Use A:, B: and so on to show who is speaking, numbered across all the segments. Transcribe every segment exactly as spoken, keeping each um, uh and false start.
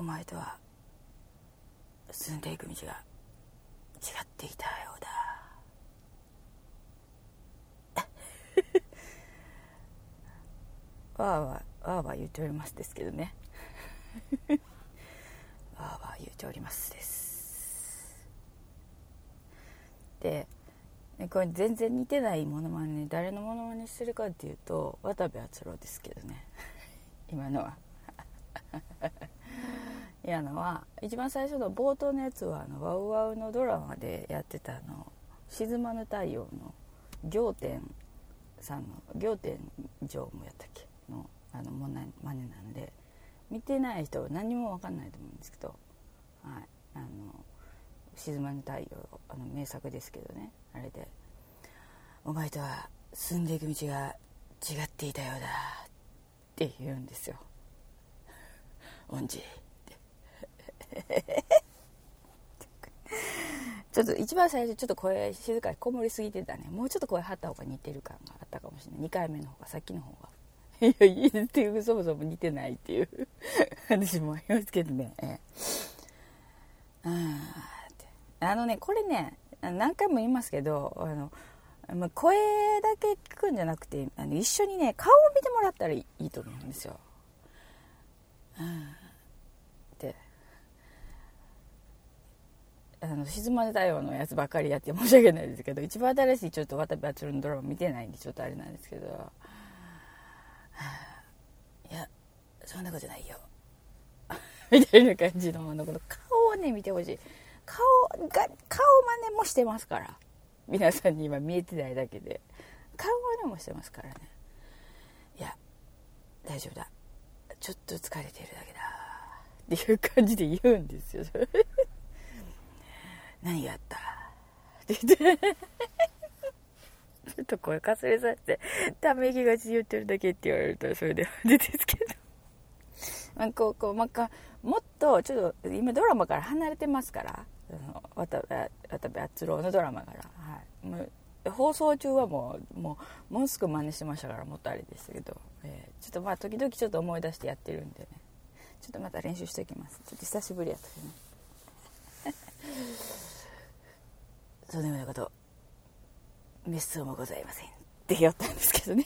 A: 前とは進んでいく道が違っていたようだわーわーわーわー言っておりますですけどねわーわー言っておりますですで、これ全然似てないモノマネ、誰のモノマネしてるかっていうと渡部篤郎ですけどね今のは今のは一番最初の冒頭のやつはあのワウワウのドラマでやってたあの沈まぬ太陽の仰天さんの仰天常務やったっけのあのマネなんで、見てない人は何も分かんないと思うんですけど、はい、あの沈まぬ太陽あの名作ですけどね、あれでお前とは進んでいく道が違っていたようだって言うんですよ。おんじちょっと一番最初ちょっと声静かにこもりすぎてたね。もうちょっと声張った方が似てる感があったかもしれない。にかいめの方がさっきの方がいやいいっていう、そもそも似てないっていう話もありますけどね、ええ、あのねこれね何回も言いますけど、あの声だけ聞くんじゃなくてあの一緒にね顔を見てもらったらいいと思うんですよ。であの沈まぬ太陽のやつばっかりやって申し訳ないですけど、一番新しいちょっと渡部篤郎のドラマ見てないんでちょっとあれなんですけど、はあ、いやそんなことないよみたいな感じのあのこの顔をね見てほしい。顔が顔真似もしてますから、皆さんに今見えてないだけで顔真似もしてますからね。いや大丈夫だ、ちょっと疲れてるだけだっていう感じで言うんですよ何があったって言ってちょっと声かすれさせてため息がち言ってるだけって言われるとそれでですけど、まあ、こうこう、まあ、もっとちょっと今ドラマから離れてますから、渡部篤郎のドラマから、はい、もう放送中はもうもうものすごく真似してましたからもっとあれでしたけど、えー、ちょっとまあ時々ちょっと思い出してやってるんでね、ちょっとまた練習しておきます。ちょっと久しぶりやったねそのようなこと滅相もございませんって言ったんですけどね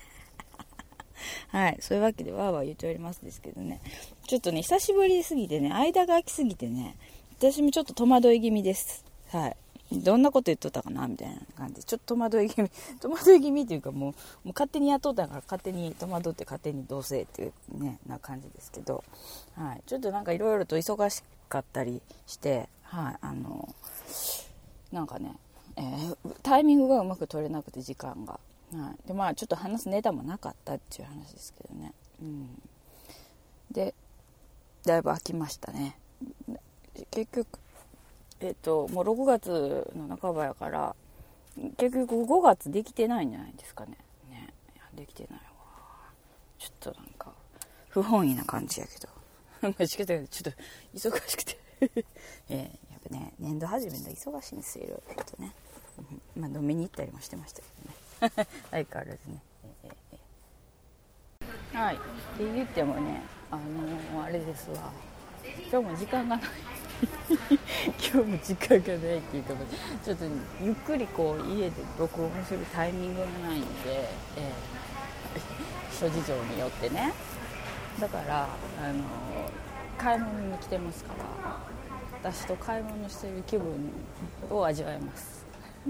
A: はい、そういうわけでわーわー言っておりますですけどね、ちょっとね久しぶりすぎてね、間が空きすぎてね、私もちょっと戸惑い気味です。はい、どんなこと言っとったかなみたいな感じでちょっと戸惑い気味戸惑い気味っていうかもう、もう勝手にやっとったから勝手に戸惑って勝手に同棲っていうねな感じですけど、はい、ちょっとなんかいろいろと忙しかったりして、はい、あのなんかね、えー、タイミングがうまく取れなくて時間が、はい、でまあちょっと話すネタもなかったっていう話ですけどね、うん、でだいぶ空きましたね。結局えっともうろくがつの半ばやから結局ごがつできてないんじゃないですかね。ね、いやできてないわ。ちょっとなんか不本意な感じやけど間違えたけどちょっと忙しくてえー、やっぱね年度始めで忙しいんですよ、いろいろとね、うん、まあ飲みに行ったりもしてましたけどね相変わらずね、えーえー、はいって言ってもね、あのー、あれですわ、今日も時間がない今日も時間がないっていうか、ちょっとゆっくりこう家で録音するタイミングがないんで、えー、諸事情によってね、だからあの買い物に来てますから、私と買い物してる気分を味わえます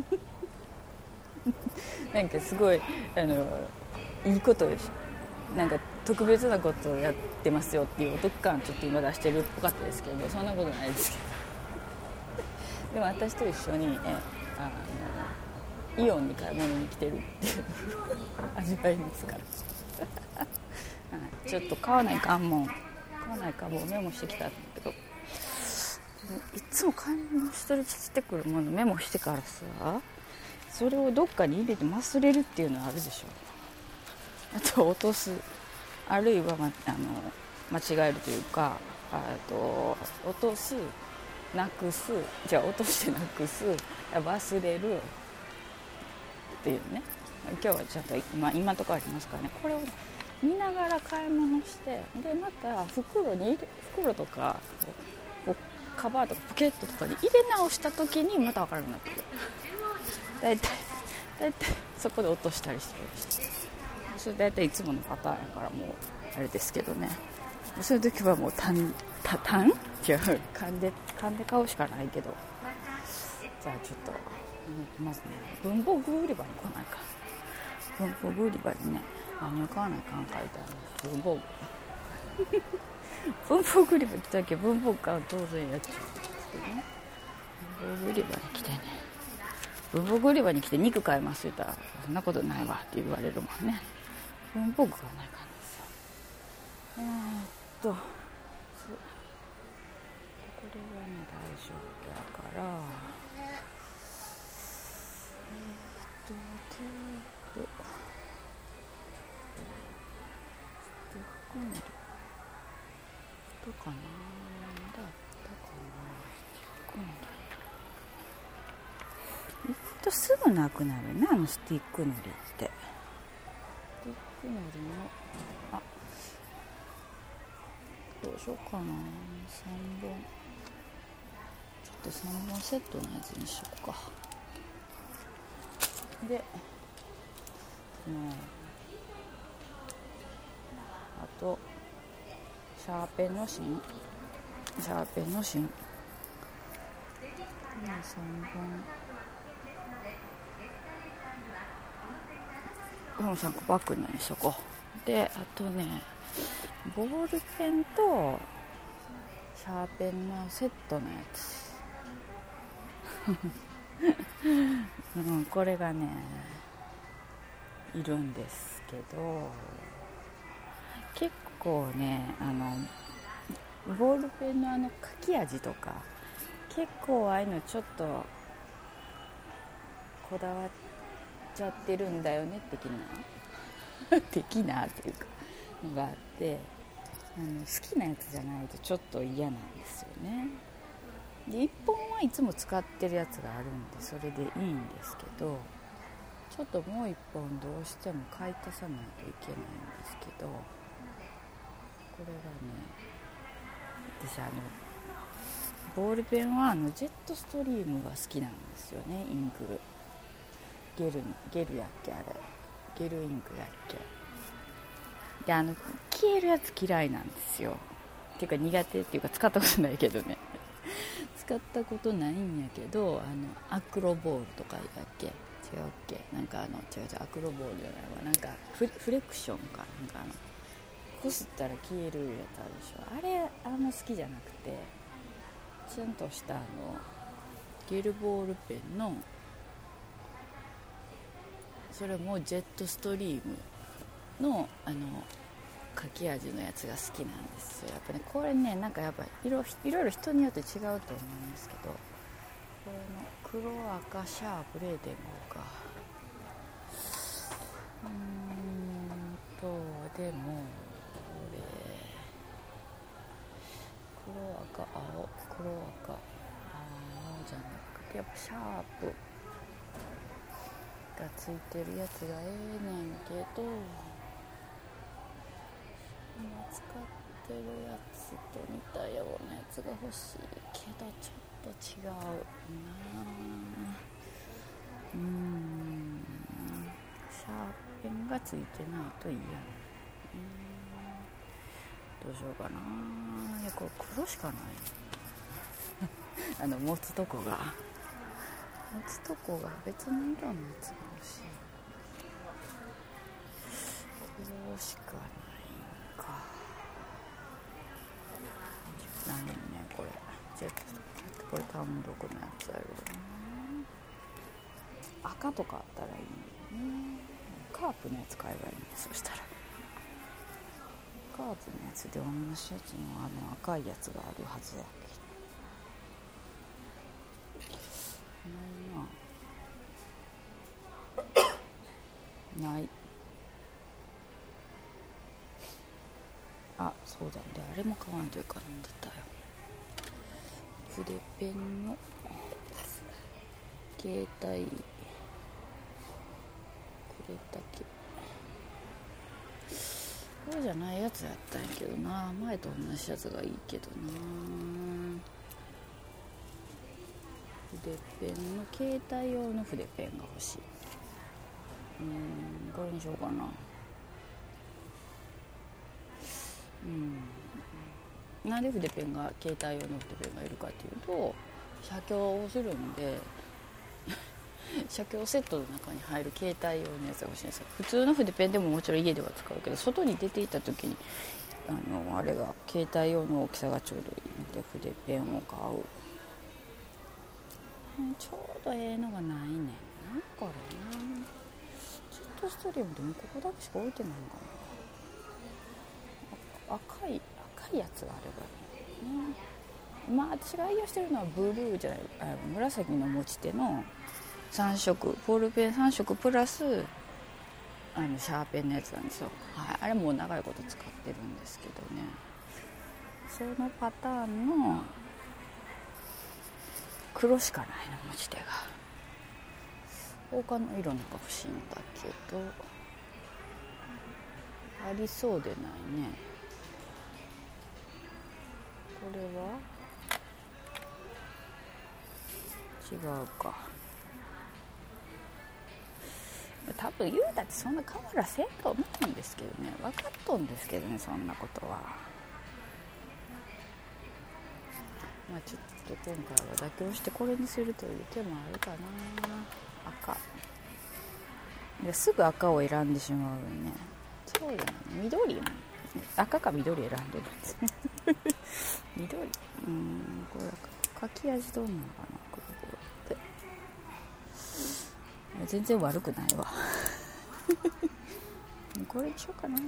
A: なんかすごいあのいいことでしょ、なんか特別なことをやってますよっていうお得感ちょっと今出してるっぽかったですけど、そんなことないですけどでも私と一緒に、ね、あのイオンに買い物に来てるっていう味わいますからちょっと買わないかんもん買わないかんもんメモしてきたんだけど、いつも買い物してるしてくるものメモしてからさ、それをどっかに入れて忘れるっていうのはあるでしょ。あと落とす、あるいは、ま、あの間違えるというか、あと落とす、なくす、じゃあ落としてなくす、忘れるっていうね。今日はちょっと今今とかありますからね、これを見ながら買い物して、でまた袋に入れ袋とかこうカバーとかポケットとかに入れ直した時にまた分からなくなってくる。だいたいだいたいそこで落としたりしたりして、それだいたいいつものパターンやからもうあれですけどね。そういう時はもうタンタタン違う噛んで噛んで買うしかないけど、じゃあちょっとまずね文房具売り場に来ないか。文房具売り場にね何を買わないかん書いてある文房具文房具売り場来たけど文房具買う当然やっちゃうんですけどね。文房具売り場に来てね文房具売り場に来て肉買いますって言ったらそんなことないわって言われるもんね。文房具買わないかんですよ。えー、っとこれはね大丈夫だからえー、っとテープ含めるとかなだったかな。含める意外とすぐなくなるね、あのスティックのりって。スティックのりのあどうしようかな、さんぼんちょっとさんぼんセットのやつにしようか。でもうあとシャーペンの芯シャーペンの芯さんぼんこのさんこバッグにしとこう。であとねボールペンとシャーペンのセットのやつうん、これがねいるんですけど、結構ねあのボールペンのあの書き味とか結構ああいうのちょっとこだわっちゃってるんだよね的な的なっていうかのがあって、あの好きなやつじゃないとちょっと嫌なんですよね。でいっぽんはいつも使ってるやつがあるんでそれでいいんですけど、ちょっともういっぽんどうしても買い足さないといけないんですけど、これがね私あのボールペンはあのジェットストリームが好きなんですよね。インクゲルゲルやっけあれゲルインクやっけで、あの消えるやつ嫌いなんですよ。っていうか苦手っていうか使ったことないけどね使ったことないんやけど、あのアクロボールとかやっけ違うっけなんかあの違う違うアクロボールじゃないわなんか フ, フレクションかなんかあのこすったら消えるやつあるでしょ。あれあんま好きじゃなくて、ちゃんとしたあのゲルボールペンのそれもジェットストリームのあの書き味のやつが好きなんですよ。やっぱねこれねなんかやっぱいろいろ人によって違うと思うんですけど、これの黒赤シャープ れいてんご かうーんとでもこれ黒赤青黒赤青じゃなくてやっぱシャープがついてるやつがええねんけど、今使ってるやつと似たようなやつが欲しいけどちょっと違うな。うーんシャーペンがついてないと嫌な。どうしようかな。いやこれ黒しかないあの持つとこが持つとこが別の色のやつが欲しい。黒しかないか。ないねこれ。ジェットこれ単独のやつあるよね。赤とかあったらいいね。カープのやつ買えばいいね。そしたらカープのやつで同じやつのあの赤いやつがあるはずやけどないな。ないあ、そうだであれも買わんというかなんだったよ。筆ペンの携帯これだけこれじゃないやつやったんやけどな、前と同じやつがいいけどな。筆ペンの携帯用の筆ペンが欲しい。うーん、これにしようかな。うん、なんで筆ペンが携帯用の筆ペンがいるかっていうと、写経をするんで写経セットの中に入る携帯用のやつが欲しいんですよ。普通の筆ペンでももちろん家では使うけど、外に出ていた時にあのあれが携帯用の大きさがちょうどいいので筆ペンを買う。ちょうどええのがないねんな、これな。ジェットストリームでもここだけしか置いてないのかな。赤い赤いやつがあればいいね。まあ私が愛用してるのはブルーじゃない、あ紫の持ち手のさん色、ボールペンさん色プラスあのシャーペンのやつなんですよ、はい、あれもう長いこと使ってるんですけどね。そのパターンの黒しかないの、持ち手が。他の色なんか欲しいんだけど、ありそうでないね。これは違うか。多分言うたってそんな変わらせんと思うんですけどね、分かっとんですけどね、そんなことは。まあちょっと今回は妥協してこれにするという手もあるかな。赤ですぐ赤を選んでしまうよね。そうじゃない、緑も赤か緑選んでるんです緑、うーん、これ書き味どうなのかな、これって全然悪くないわこれにしようかな。もう、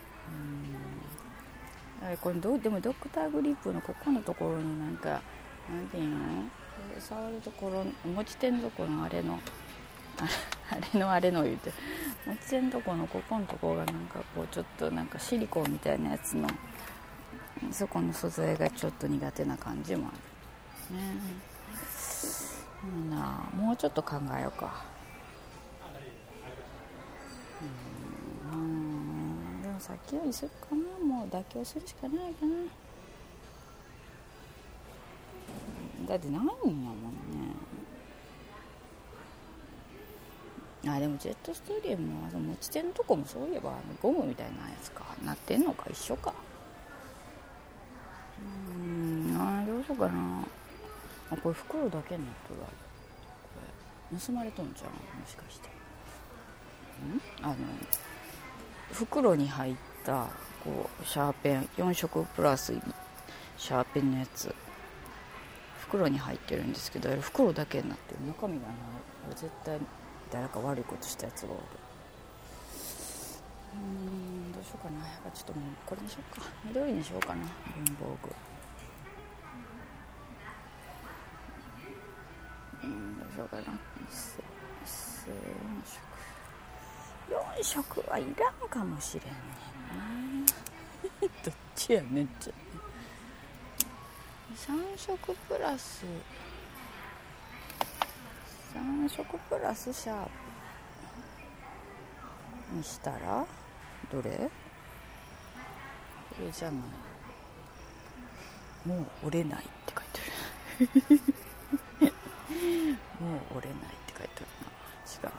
A: うん、これどうでもドクターグリップのここのところのなんかなんていうの、触るところ持ち手のところのあれのあれのあれの言うて持ち手のところのここのところがなんかこうちょっとなんかシリコンみたいなやつのそこの素材がちょっと苦手な感じもあるね。いいな、もうちょっと考えようか。うーん、でもさっきよりするかな。もう妥協するしかないかな。だってないんやもんね。あ、でもジェットストリームは持ち手のとこもそういえばあのゴムみたいなやつかなってんのか、一緒か。うーん、あ、どうしようかな。あ、これ袋だけになっとるわ。これ盗まれとんじゃん、もしかして。ん、あの袋に入ったこうシャーペンよん色プラスシャーペンのやつ、袋に入ってるんですけど、袋だけになってる、中身がない。絶対誰か悪いことしたやつがおる。うーん、どうしようかな。やっぱちょっともうこれにしようか、緑にしようかな、文房具。うん、どうしようかな。よん色はいらんかもしれんねんなどっちやねんっちゃさん色プラスさん色プラスシャープにしたらどれ？これじゃない。もう折れないって書いてあるもう折れないって書いてあるな。違う。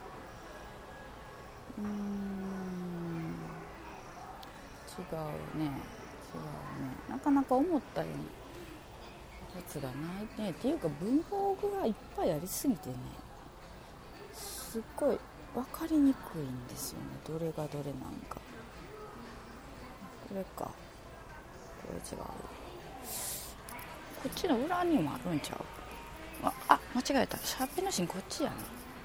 A: うーん、違うね。違うね。なかなか思ったようにやつがないね。っていうか文房具がいっぱいありすぎてね、すっごい分かりにくいんですよね、どれがどれなんか。これか、これ違う。こっちの裏にもあるんちゃう。あ、あ、間違えた。シャーペンの芯こっちやね。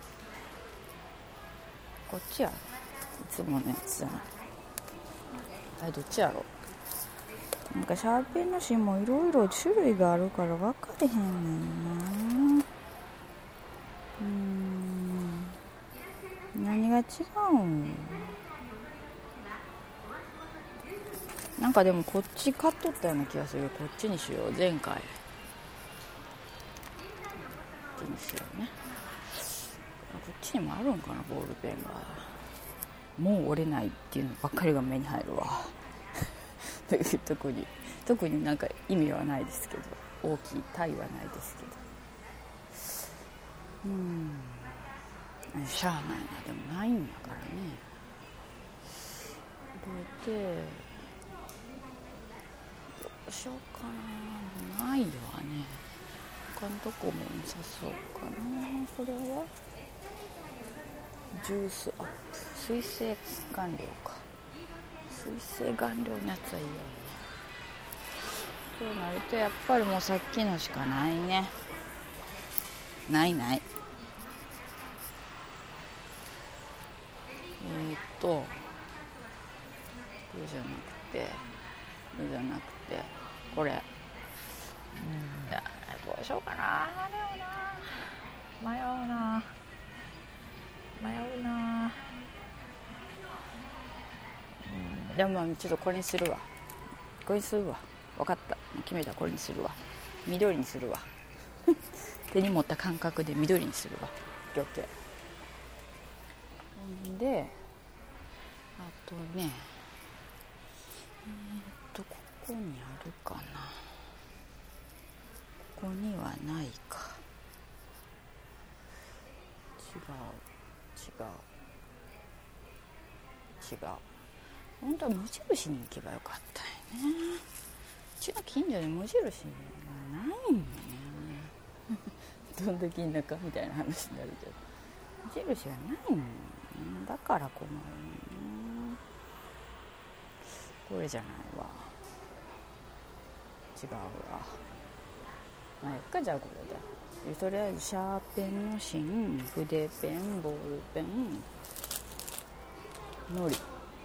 A: こっちや。いつものやつじゃない。あれどっちやろ。なんかシャーペンの芯もいろいろ種類があるから分かれへんねんな。うーん、何が違うん。なんかでもこっち買っとったような気がする。こっちにしよう、前回。こっちにしようね。こっちにもあるんかな、ボールペンが。 もう折れないっていうのばっかりが目に入るわ特に特になんか意味はないですけど、大きい体はないですけど、うーんしゃあないな。でもないんやからね。それでどうしようかな。ないわね。他のとこも良さそうかな。これはジュースアップ、水性顔料か。水性顔料のやつはいいよね。そうなるとやっぱりもうさっきのしかないね。ないないえー、っとこれじゃなくてこれじゃなくてこれ、うん、どうしようかな。迷うな迷うな、うん、でもまあちょっとこれにするわ。これにするわ。分かった、決めた。これにするわ。緑にするわ手に持った感覚で緑にするわ。オッケー。ほんであとね、えー、っとここにあるかな。ここにはないか。違う違う違う。本当は無印に行けばよかったよね。うちの近所に無印がないんよねどんだけ田舎みたいな話になるけど、無印がないんよね。だから困るね。これじゃないわ。違うわ。まあ、やっか。じゃあこれでとりあえずシャーペンの芯、筆ペン、ボールペン、のり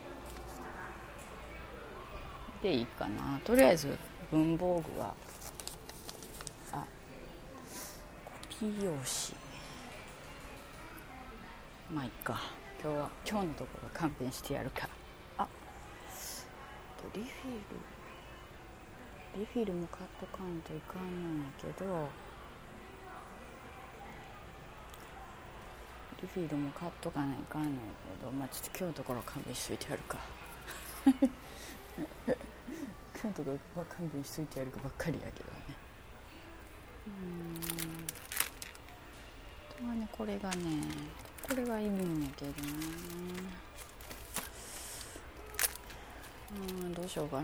A: でいいかな。とりあえず文房具はあコピー用紙、まあいいか。今日は今日のところ勘弁してやるか。あリフィルリフィルも買っとかんといかんのやけど、リフィルも買っとかないかんのやけど、まあちょっと今日のところ勘弁しといてやるか今日のところは勘弁しといてやるかばっかりやけどね。うーんあとはね、これがねこれがいいんやけどね。うーんどうしようかな。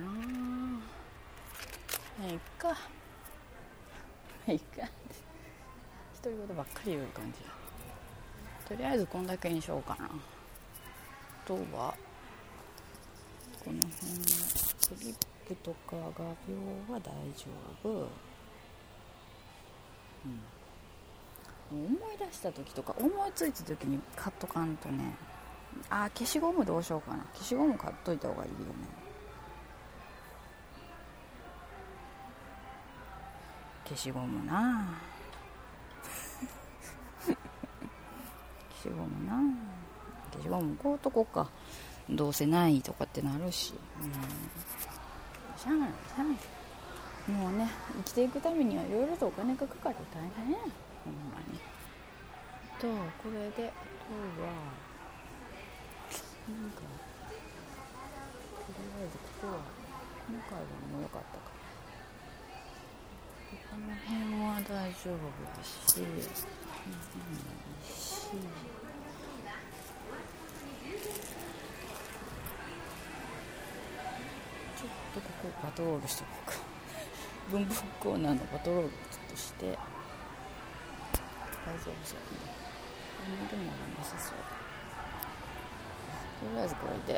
A: はいっかはいっか独り言ばっかり言う感じだ。とりあえずこんだけにしようかな。あとはこの辺のクリップとか画鋲は大丈夫。うん、思い出した時とか思いついた時に買っとかんとね。あ、消しゴムどうしようかな。消しゴム買っといた方がいいよね。消しゴムな消しゴムな消しゴムこうとこか。どうせないとかってなるし、うん、しゃあないしゃあない。もうね生きていくためにはいろいろとお金がかかる。大変やほんまに。とこれであとはなんかとりあえずここはこのカードも良かったか。この辺は大丈夫だし、うん、いいしちょっとここパトロールしておこうか文房具コーナーのパトロールちょっとして大丈夫そうね。見るものなさそう。とりあえずこれで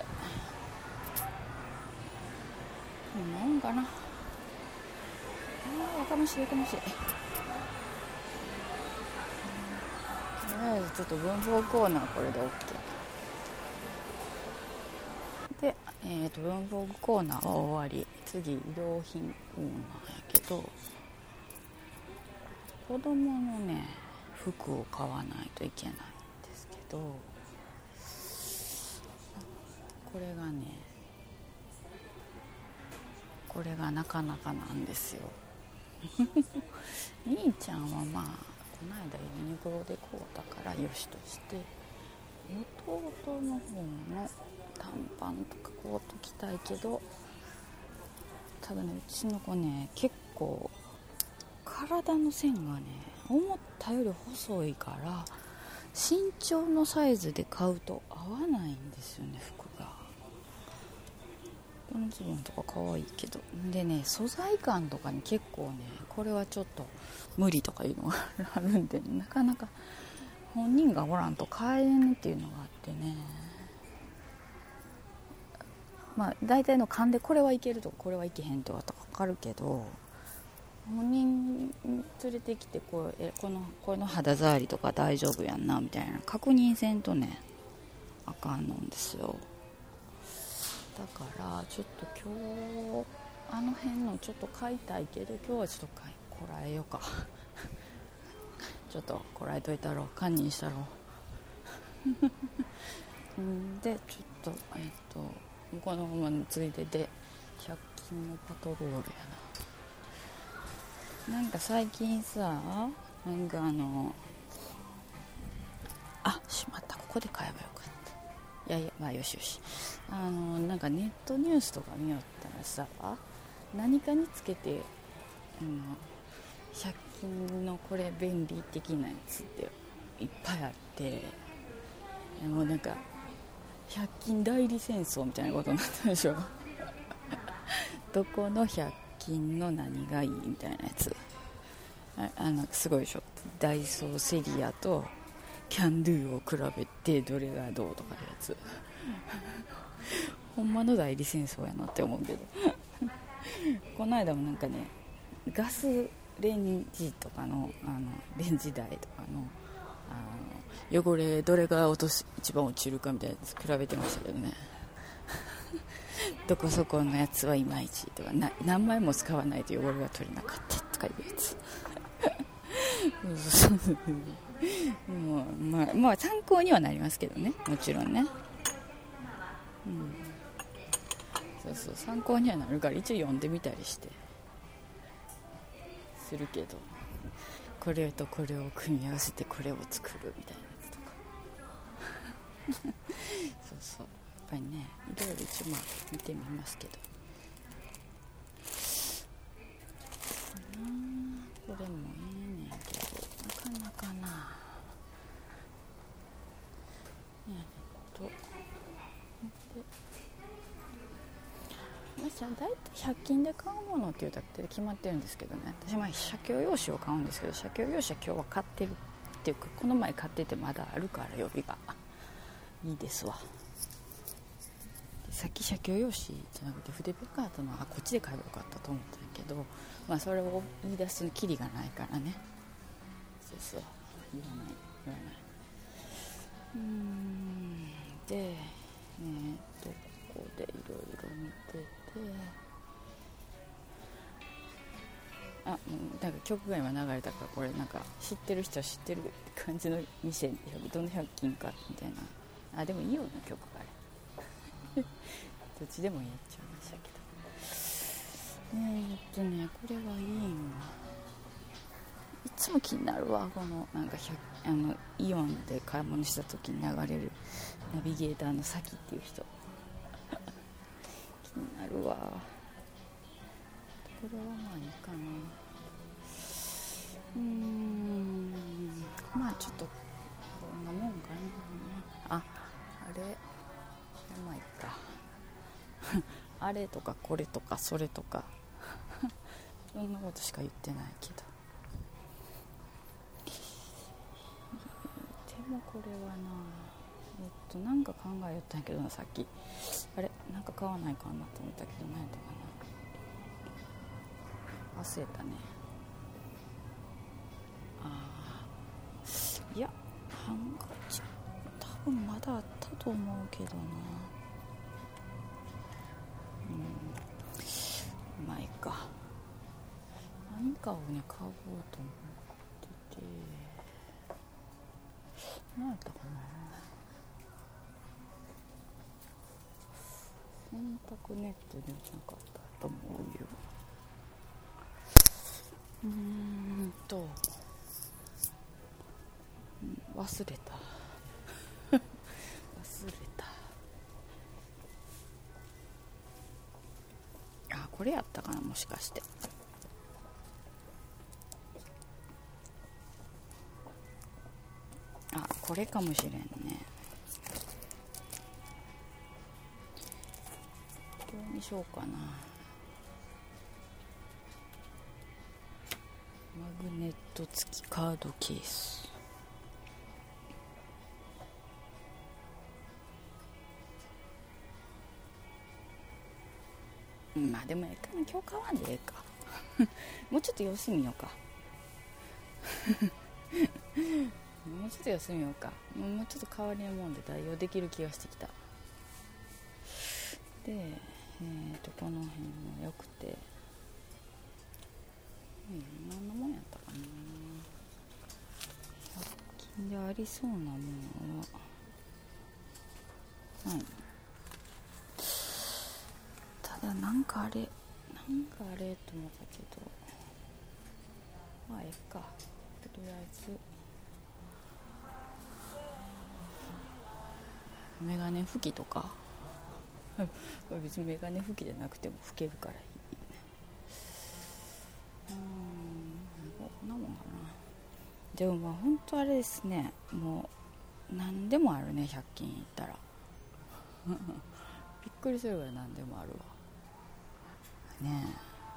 A: こんなもんかな。あーやかましいやかましい。とりあえずちょっと文房具コーナーこれで OK で、えー、と文房具コーナーは終わり。次衣料品コーナーやけど、子供のね服を買わないといけないんですけど、これがねこれがなかなかなんですよ兄ちゃんはまあこの間ユニクロで買うたからよしとして、弟の方の短パンとかコート着たいけど、ただね、うちの子ね結構体の線がね思ったより細いから、身長のサイズで買うと合わないんですよね、服が。このズボンとか可愛いけど、でね、素材感とかに結構ね、これはちょっと無理とかいうのがあるんで、なかなか本人がおらんと買えんっていうのがあってね。まあ大体の勘でこれはいけるとかこれはいけへんとか分かるけど、本人連れてきてこうえこのこの肌触りとか大丈夫やんなみたいな確認せんとねあかんのんですよ。だからちょっと今日あの辺のちょっと買いたいけど、今日はちょっと買いこらえようかちょっとこらえといたろう、堪忍したろうんでちょっとえっとこのままのついででひゃく均のパトロールやな。なんか最近さ、なんかあのあしまった、ここで買えばよかった。いやいや、まあよしよし。あのなんかネットニュースとか見よったらさ、何かにつけてあのひゃく均のこれ便利的なやつっていっぱいあって、もうなんかひゃく均代理戦争みたいなことになったでしょどこのひゃく均の何がいいみたいなやつ、ああのすごいでしょ。ダイソー、セリアとキャンドゥを比べてどれがどうとかいうやつほんまの代理戦争やなって思うけどこの間もなんかね、ガスレンジとかの、あのレンジ台とかの、あの汚れどれが落とし一番落ちるかみたいなやつ比べてましたけどねどこそこのやつはいまいちとか、な何枚も使わないと汚れが取れなかったとかいうやつもう、まあ、まあ参考にはなりますけどね、もちろんね、うん、そうそう参考にはなるから一応読んでみたりしてするけど、これとこれを組み合わせてこれを作るみたいなやつとかそうそう、やっぱりね、いろいろ一応まあ見てみますけど、これもいいねんけど、なかなかな、えっと私はだいたいひゃく均で買うものっていうだけで決まってるんですけどね、私は写経用紙を買うんですけど、写経用紙は今日は買ってるっていうか、この前買っててまだあるから予備がいいですわ。でさっき写経用紙じゃなくて筆ペン買ったのはこっちで買えばよかったと思ったんだけど、まあそれを言い出すキリがないからね、そうそう言わない言わないうーんでえー、っとここでいろいろ見てて、あ、なんか曲が今流れたから、これなんか知ってる人は知ってる感じの店、どのひゃく均かみたいな、あでもいいよな曲があれどっちでもいいっちゃいましたけど、えー、っとねこれはいいの、いつも気になるわ、このなんかあのイオンで買い物した時に流れるナビゲーターの先っていう人気になるわ。これはまあいいかな、うーんまあちょっとこんなもんかな。あ、あれまあいいかあれとかこれとかそれとかそんなことしか言ってないけど、でもこれはな、えっとなんか考えよったんやけどな、さっきあれなんか買わないかなと思ったけど、何やったかな、忘れたね。あいやハンカチ多分まだあったと思うけどな、うんまあいいか、何かをね買おうと思ってて、何やったかな、洗濯ネットでなかったと思うよ。うーんと、うん、忘れた忘れたこれやったかな、もしかして。あ、これかもしれんね。これにしようかな。マグネット付きカードケース。まあでもええかな、今日買わんでええかもうちょっと様子見ようかもうちょっと様子見ようか。もうちょっと代わりのもんで代用できる気がしてきた。で、えー、とこの辺もよくて、うん、何のもんやったかな。ひゃく均でありそうなものはない。ただなんかあれなんかあれと思ったけど、まあええか。とりあえずメガネ拭きとか別にメガネ拭きじゃなくても拭けるからいいね。うーん、こんなもんかな。でもまあ本当あれですね、もう何でもあるね、ひゃく均行ったらびっくりするぐらい何でもあるわね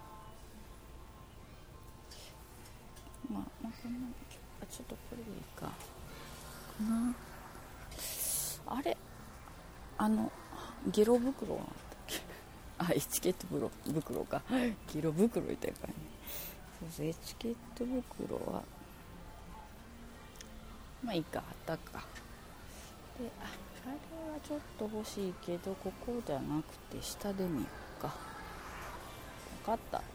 A: え。まあ、まあ、こんなのちょっとこれでいいかな。あれあのゲロ袋はあったっけあ、エチケット袋かゲロ袋みたいな感じ。そうそう、エチケット袋はまあいいか、あったか。で、あ、あれはちょっと欲しいけど、ここじゃなくて下で見ようか。分かった、うん、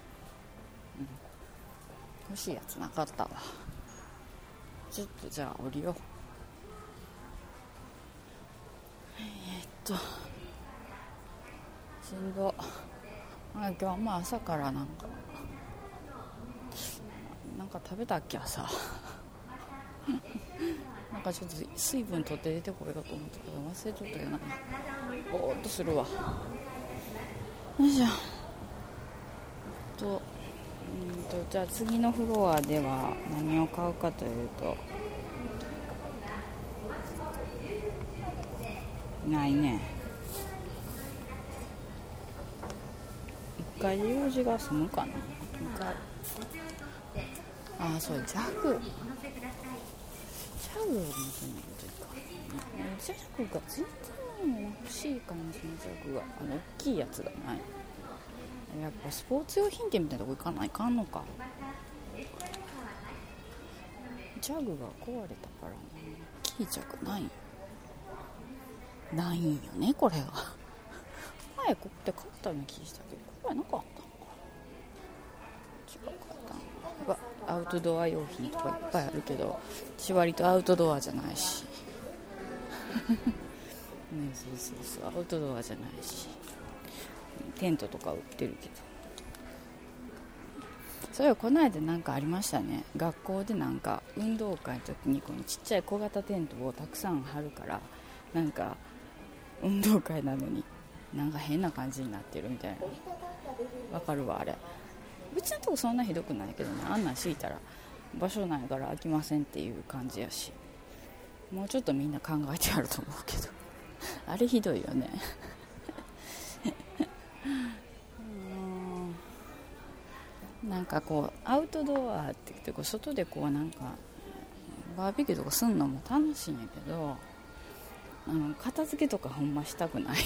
A: 欲しいやつなかったわ。ちょっとじゃあ降りよう。えー、っとしんど。あ、今日はまあ朝からなんかなんか食べたっけ朝なんかちょっと水分取って出てこようかと思ったけど忘れとったよな。ぼーっとするわ。よいしょと、うんとじゃあ次のフロアでは何を買うかというと、ないね。一回用事が済むかな。一回、ああ、そう、ジャグジャグを見てみるというか、ジャグが全然欲しい感じのジャグが、あの大きいやつがない。やっぱスポーツ用品店みたいなとこ行かないかんのか。ジャグが壊れたから、大きいジャグないないんよね、これが前ここで買ったような気がしたけど、これなかったのか違うかった。アウトドア用品とかいっぱいあるけど、私割とアウトドアじゃないしね、そうそうそう、アウトドアじゃないし、テントとか売ってるけど。それはこの間なんかありましたね。学校でなんか運動会の時にこのちっちゃい小型テントをたくさん張るから、なんか運動会なのになんか変な感じになってるみたいな。わかるわ、あれ。うちのとこそんなひどくないけどね、あんなん敷いたら場所ないから飽きませんっていう感じやし、もうちょっとみんな考えてやると思うけどあれひどいよねうーん、なんかこうアウトドアって言ってこう外でこうなんかバーベキューとかすんのも楽しいんやけど、あの片付けとかほんましたくない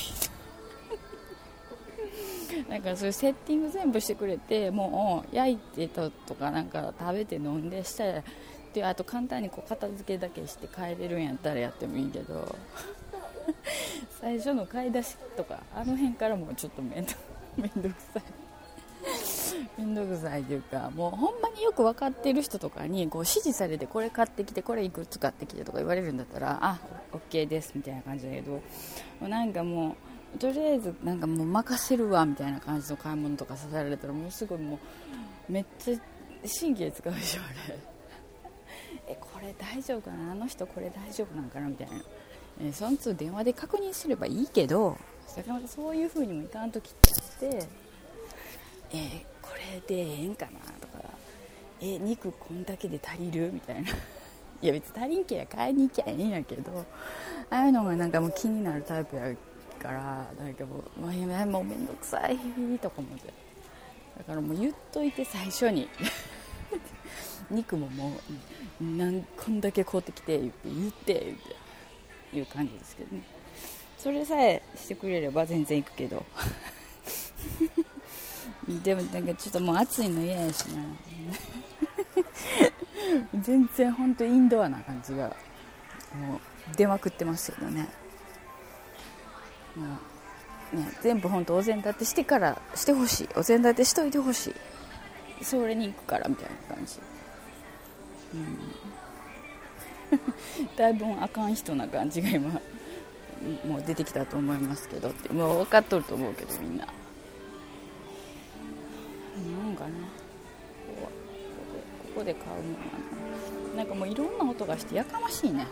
A: なんかそういうセッティング全部してくれて、もう焼いてととかなんか食べて飲んでしたらで、あと簡単にこう片付けだけして帰れるんやったらやってもいいけど最初の買い出しとかあの辺からもうちょっとめんどめんどくさいめんどくさいというか、もうほんまによく分かってる人とかにこう指示されて、これ買ってきてこれいくつ買ってきてとか言われるんだったら、あ、OK ですみたいな感じだけど、もうなんかもうとりあえずなんかもう任せるわみたいな感じの買い物とかさせられたら、もうすごいもうめっちゃ神経使うでしょあれえ、これ大丈夫かな、あの人これ大丈夫なんかなみたいな、えそのつ電話で確認すればいいけど、そういう風にもいかんときってあって、 えー、これでええんかなとか、えー、肉こんだけで足りるみたいな。いや別に足りんけや買いに行きゃええんやけど、ああいうのがなんかもう気になるタイプやからなんかもう、もう、もうめんどくさいとか思って、だからもう言っといて最初に肉ももうなんこんだけ買うてきて言って言って言っていう感じですけどね。それさえしてくれれば全然行くけどでもなんかちょっともう暑いの嫌やしな全然ほんとインドアな感じがもう出まくってますけどね。もうね、全部ほんとお膳立てしてからしてほしい、お膳立てしといてほしい、それに行くからみたいな感じ、うん、だいぶあかん人な感じが今もう出てきたと思いますけどって、もう分かっとると思うけどみんななんかね、ここで、ここで買うもんはなんかもういろんな音がしてやかましいね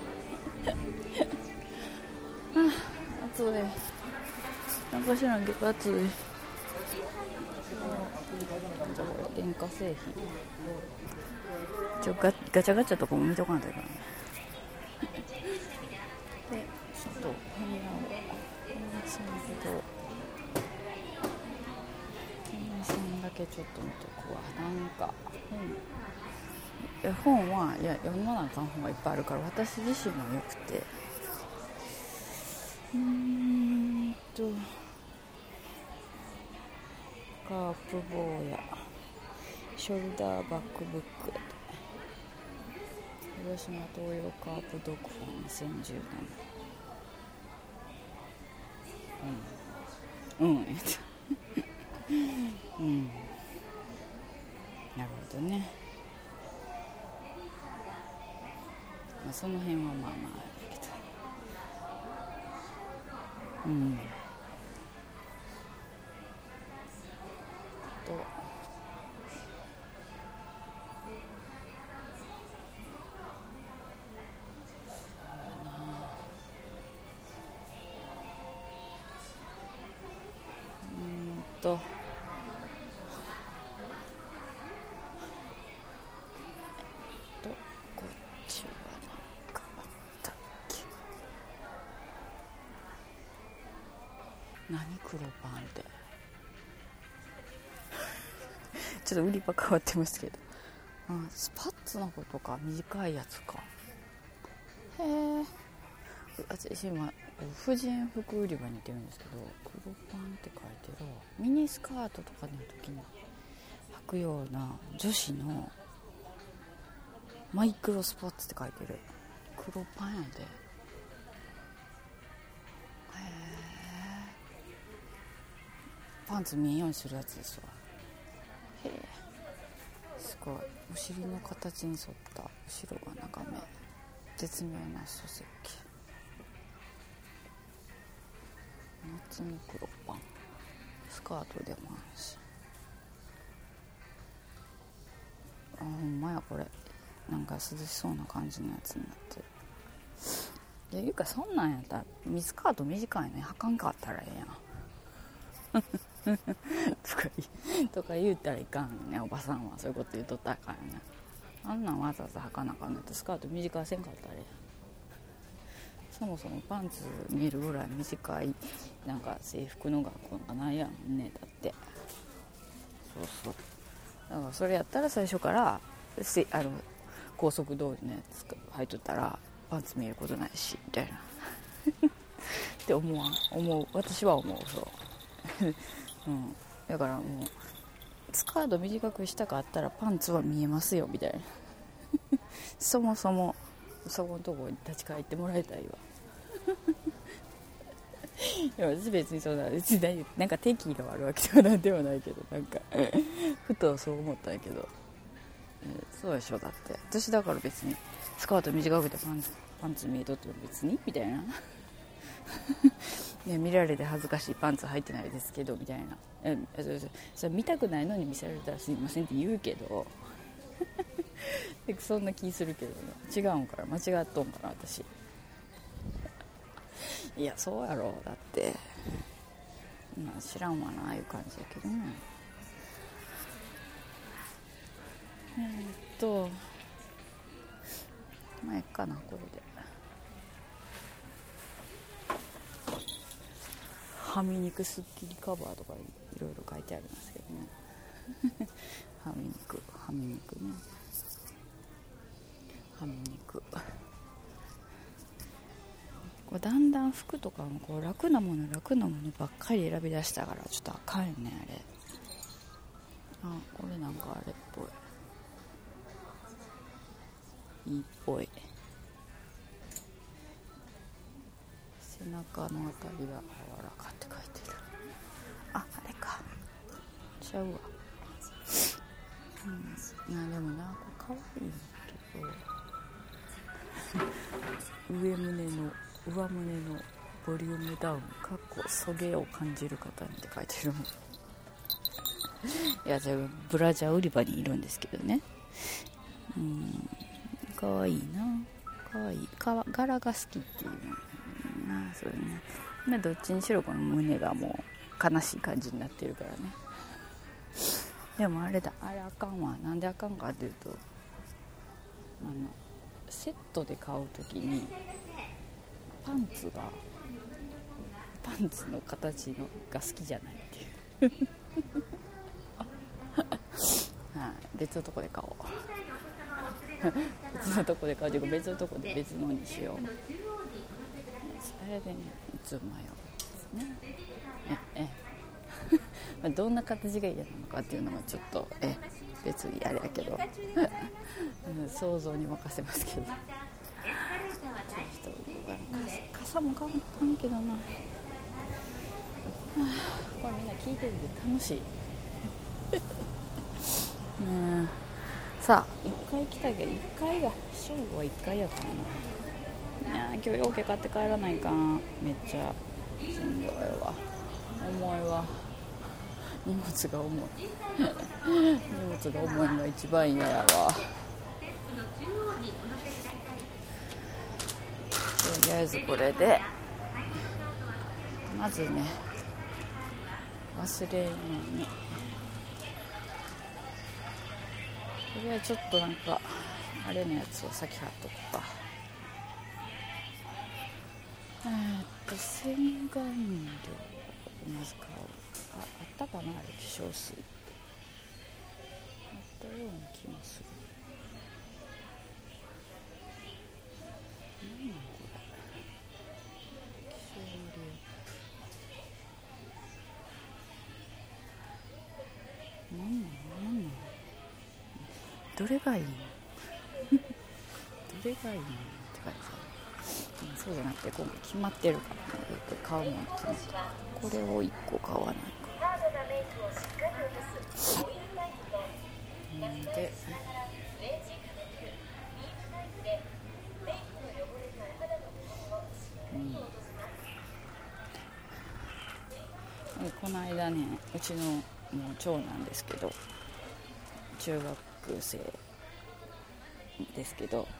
A: ほんまにあ暑い、なんか知らんけど暑い。じゃあこれ電化製品ちょ ガ, ガチャガチャとかも見とかないといけないで、ちょっと部屋を電線と電線だけちょっと見とくわ。なんか本本はいや読まなあかん本がいっぱいあるから私自身もよくて、うーんとカープボーやショルダーバックブックや広島東洋カープドッグファンにせんじゅうなな、うんうんうんなるほどね、まあ、その辺はまあまああるけど、うんとととこっちは何かあったっけ。何黒パンってちょっと売り場変わってますけど、うん、スパッツのことか、短いやつか。へえ、私今婦人服売り場に行ってるんですけど、黒パンって書いてるわ。ミニスカートとかの時に履くような女子のマイクロスパッツって書いてる。黒パンやで。へえ、パンツ見えんようにするやつですわ。へえ、すごい。お尻の形に沿った後ろが長め、絶妙な礎石。夏の黒パン、スカートでもあるし、あ、ほんまや、これなんか涼しそうな感じのやつになってる。いや、いうかそんなんやったらミスカート短いのに履かんかったらええやんとかとか言ったらいかんよね、おばさんは。そういうこと言うとったらあかんよね。あんなんわざわざ履かなあかんのって、スカート短いせんかったらええやん。そもそもパンツ見えるぐらい短いなんか制服の学校がないやんね。だってそうそう、だからそれやったら最初からせあの高速道路のやつ履いとったらパンツ見えることないしみたいなって思わん思う、私は思う。そう、うん、だからもうスカート短くしたかったらパンツは見えますよみたいなそもそもそこのとこに立ち返ってもらいたいわいや、私別にそんな別になんか敵意があるわけではなんではないけど、なんかふとそう思ったんやけど、えー、そうでしょ。だって私だから別にスカート短くてパンツパンツ見えとっても別にみたいなね、見られて恥ずかしい、パンツ履いてないですけどみたいな、えそれそれ見たくないのに見せられたらすいませんって言うけどそんな気するけど、ね、違うんから、間違っとんかな私。いやそうやろ、だって、まあ、知らんわなああいう感じやけどね。 えー、っとまあいっかな、これではみ肉すっきりカバーとかいろいろ書いてありますけどねはみ肉はみ肉ねはみ肉こうだんだん服とかもこう楽なもの楽なものばっかり選び出したからちょっとあかんよね。あれあこれなんかあれっぽいいいっぽい。背中のあたりが柔らかって書いてる。あ、あれかちゃうわ。うん、なでもなこれかわいいけど上胸の上胸のボリュームダウンかっこそげを感じる方にって書いてるもんいやじゃあブラジャー売り場にいるんですけどね。うんかわいいなかわいいか柄が好きっていうな。そうね、まあ、どっちにしろこの胸がもう悲しい感じになってるからね。でもあれだあれあかんわ。なんであかんかっていうとあのセットで買うときにパンツがパンツの形のが好きじゃないっていうはい、別のとこで買おう別のとこで買うというか別のとこで別のにしよう。あれでねいつも迷うんですね。ええどんな形が嫌なのかっていうのもちょっとえ別にあれやけど想像に任せますけど傘も買わなあかんけどな。これみんな聞いてるんで楽しいね。さあいっかい来たけどいっかいが正午はいっかいやからな。いや今日ようけ買って帰らないかん。めっちゃしんどいわ。重いわ。荷物が重い荷物が重いのが一番嫌やわ。とりあえずこれでまずね忘れんようにとりあえずちょっとなんかあれのやつを先貼っとくか。えーっと洗顔料まず買おう。あ、あったかなあれ化粧水ってあったような気もする。何なのこれ化粧料何なの何なのどれがいいのどれがいいのって感じ。そうじゃなくて今回決まってるからね。よく買うもの決めてこれをいっこ買わないか。んでうん、この間ねうちのもう長男ですけど中学生ですけど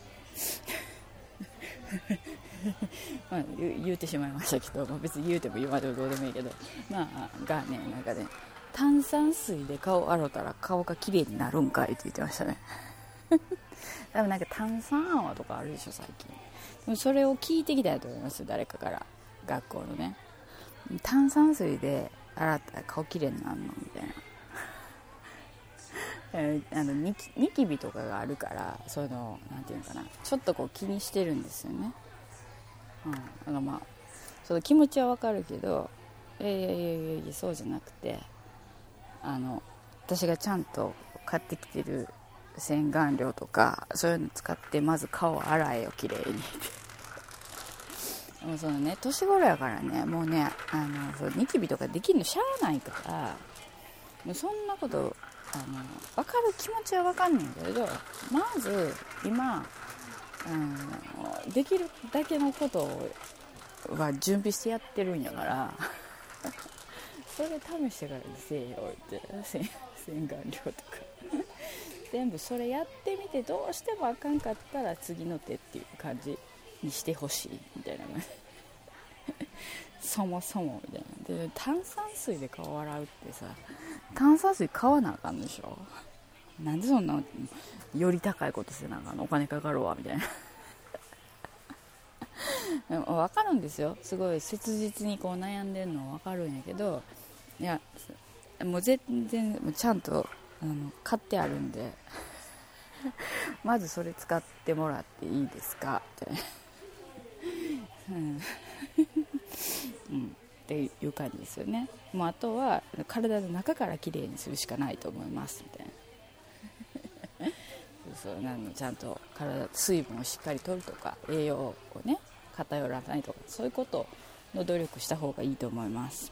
A: まあ、言, 言うてしまいましたけど、まあ、別に言うても言われてもどうでもいいけど、まあがねなんかね炭酸水で顔洗ったら顔が綺麗になるんかいって言ってましたね多分なんか炭酸泡とかあるでしょ最近。でもそれを聞いてきたやと思いますよ誰かから学校のね。炭酸水で洗ったら顔綺麗になるのみたいなあのニキ、ニキビとかがあるからそのなんていうのかなちょっとこう気にしてるんですよね。うん、だからまあその気持ちはわかるけどいやいやいやいやいやそうじゃなくてあの私がちゃんと買ってきてる洗顔料とかそういうの使ってまず顔洗えよきれいにもうそのね年頃やからねもうねあのそうニキビとかできるのしゃあないからもうそんなことあの分かる気持ちは分かんないけどまず今あのできるだけのことは準備してやってるんやからそれ試してからにせえよって洗顔料とか全部それやってみてどうしてもあかんかったら次の手っていう感じにしてほしいみたいなそもそもみたいなで炭酸水で顔洗うってさ炭酸水買わなあかんでしょなんでそんなより高いことしてなんかお金かかるわみたいな分かるんですよ、すごい切実にこう悩んでるのは分かるんやけど、いやもう全然もうちゃんとあの買ってあるんでまずそれ使ってもらっていいですかってうん、うん、っていう感じですよね。もうあとは体の中からきれいにするしかないと思いますみたいなそうなの、ちゃんと体水分をしっかりとるとか栄養をね偏らないとか、そういうことの努力した方がいいと思います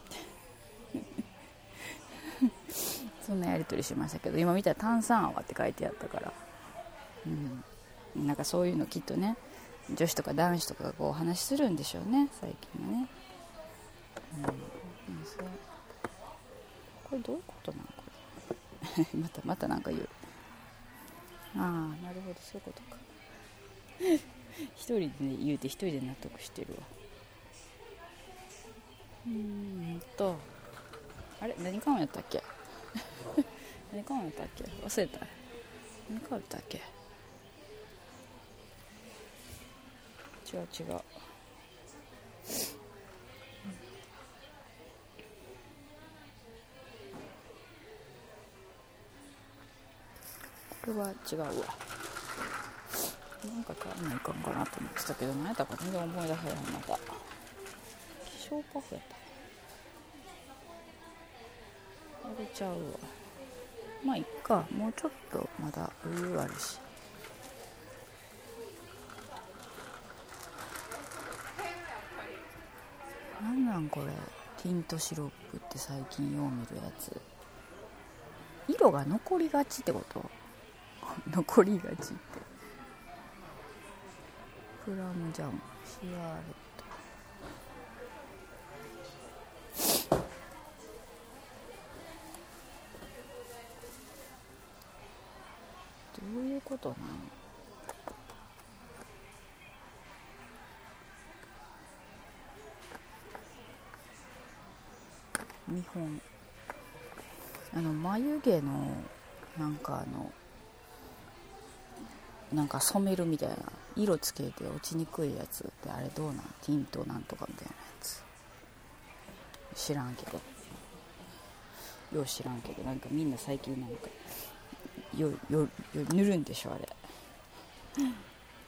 A: そんなやり取りしましたけど、今見たら炭酸泡って書いてあったから、うん、なんかそういうのきっとね女子とか男子とかがこうお話しするんでしょうね、最近はね、うんうん、そうこれどういうことなのこれまたまたなんか言う、ああなるほどそういうことか一人で、ね、言うて一人で納得してるわ。うーんとあれ何買うんやったっけ何買うんやったっけ忘れた、何買うんやったっけ、違う違う、これは違うわ、なんか買わないかんかなと思ってたけど、何やったか全然思い出せへん。また化粧パフやったあれちゃうわ、まあいっか、もうちょっとまだ余裕あるし。なんなんこれ、ティントシロップって最近よう見るやつ、色が残りがちってこと残りがちって、プラムジャムシアーレット、どういうことなの。見本、あの眉毛のなんかあのなんか染めるみたいな、色つけて落ちにくいやつってあれどうなん、ティントなんとかみたいなやつ知らんけど、よう知らんけど、なんかみんな最近なんかよよよ塗るんでしょあれ、うん、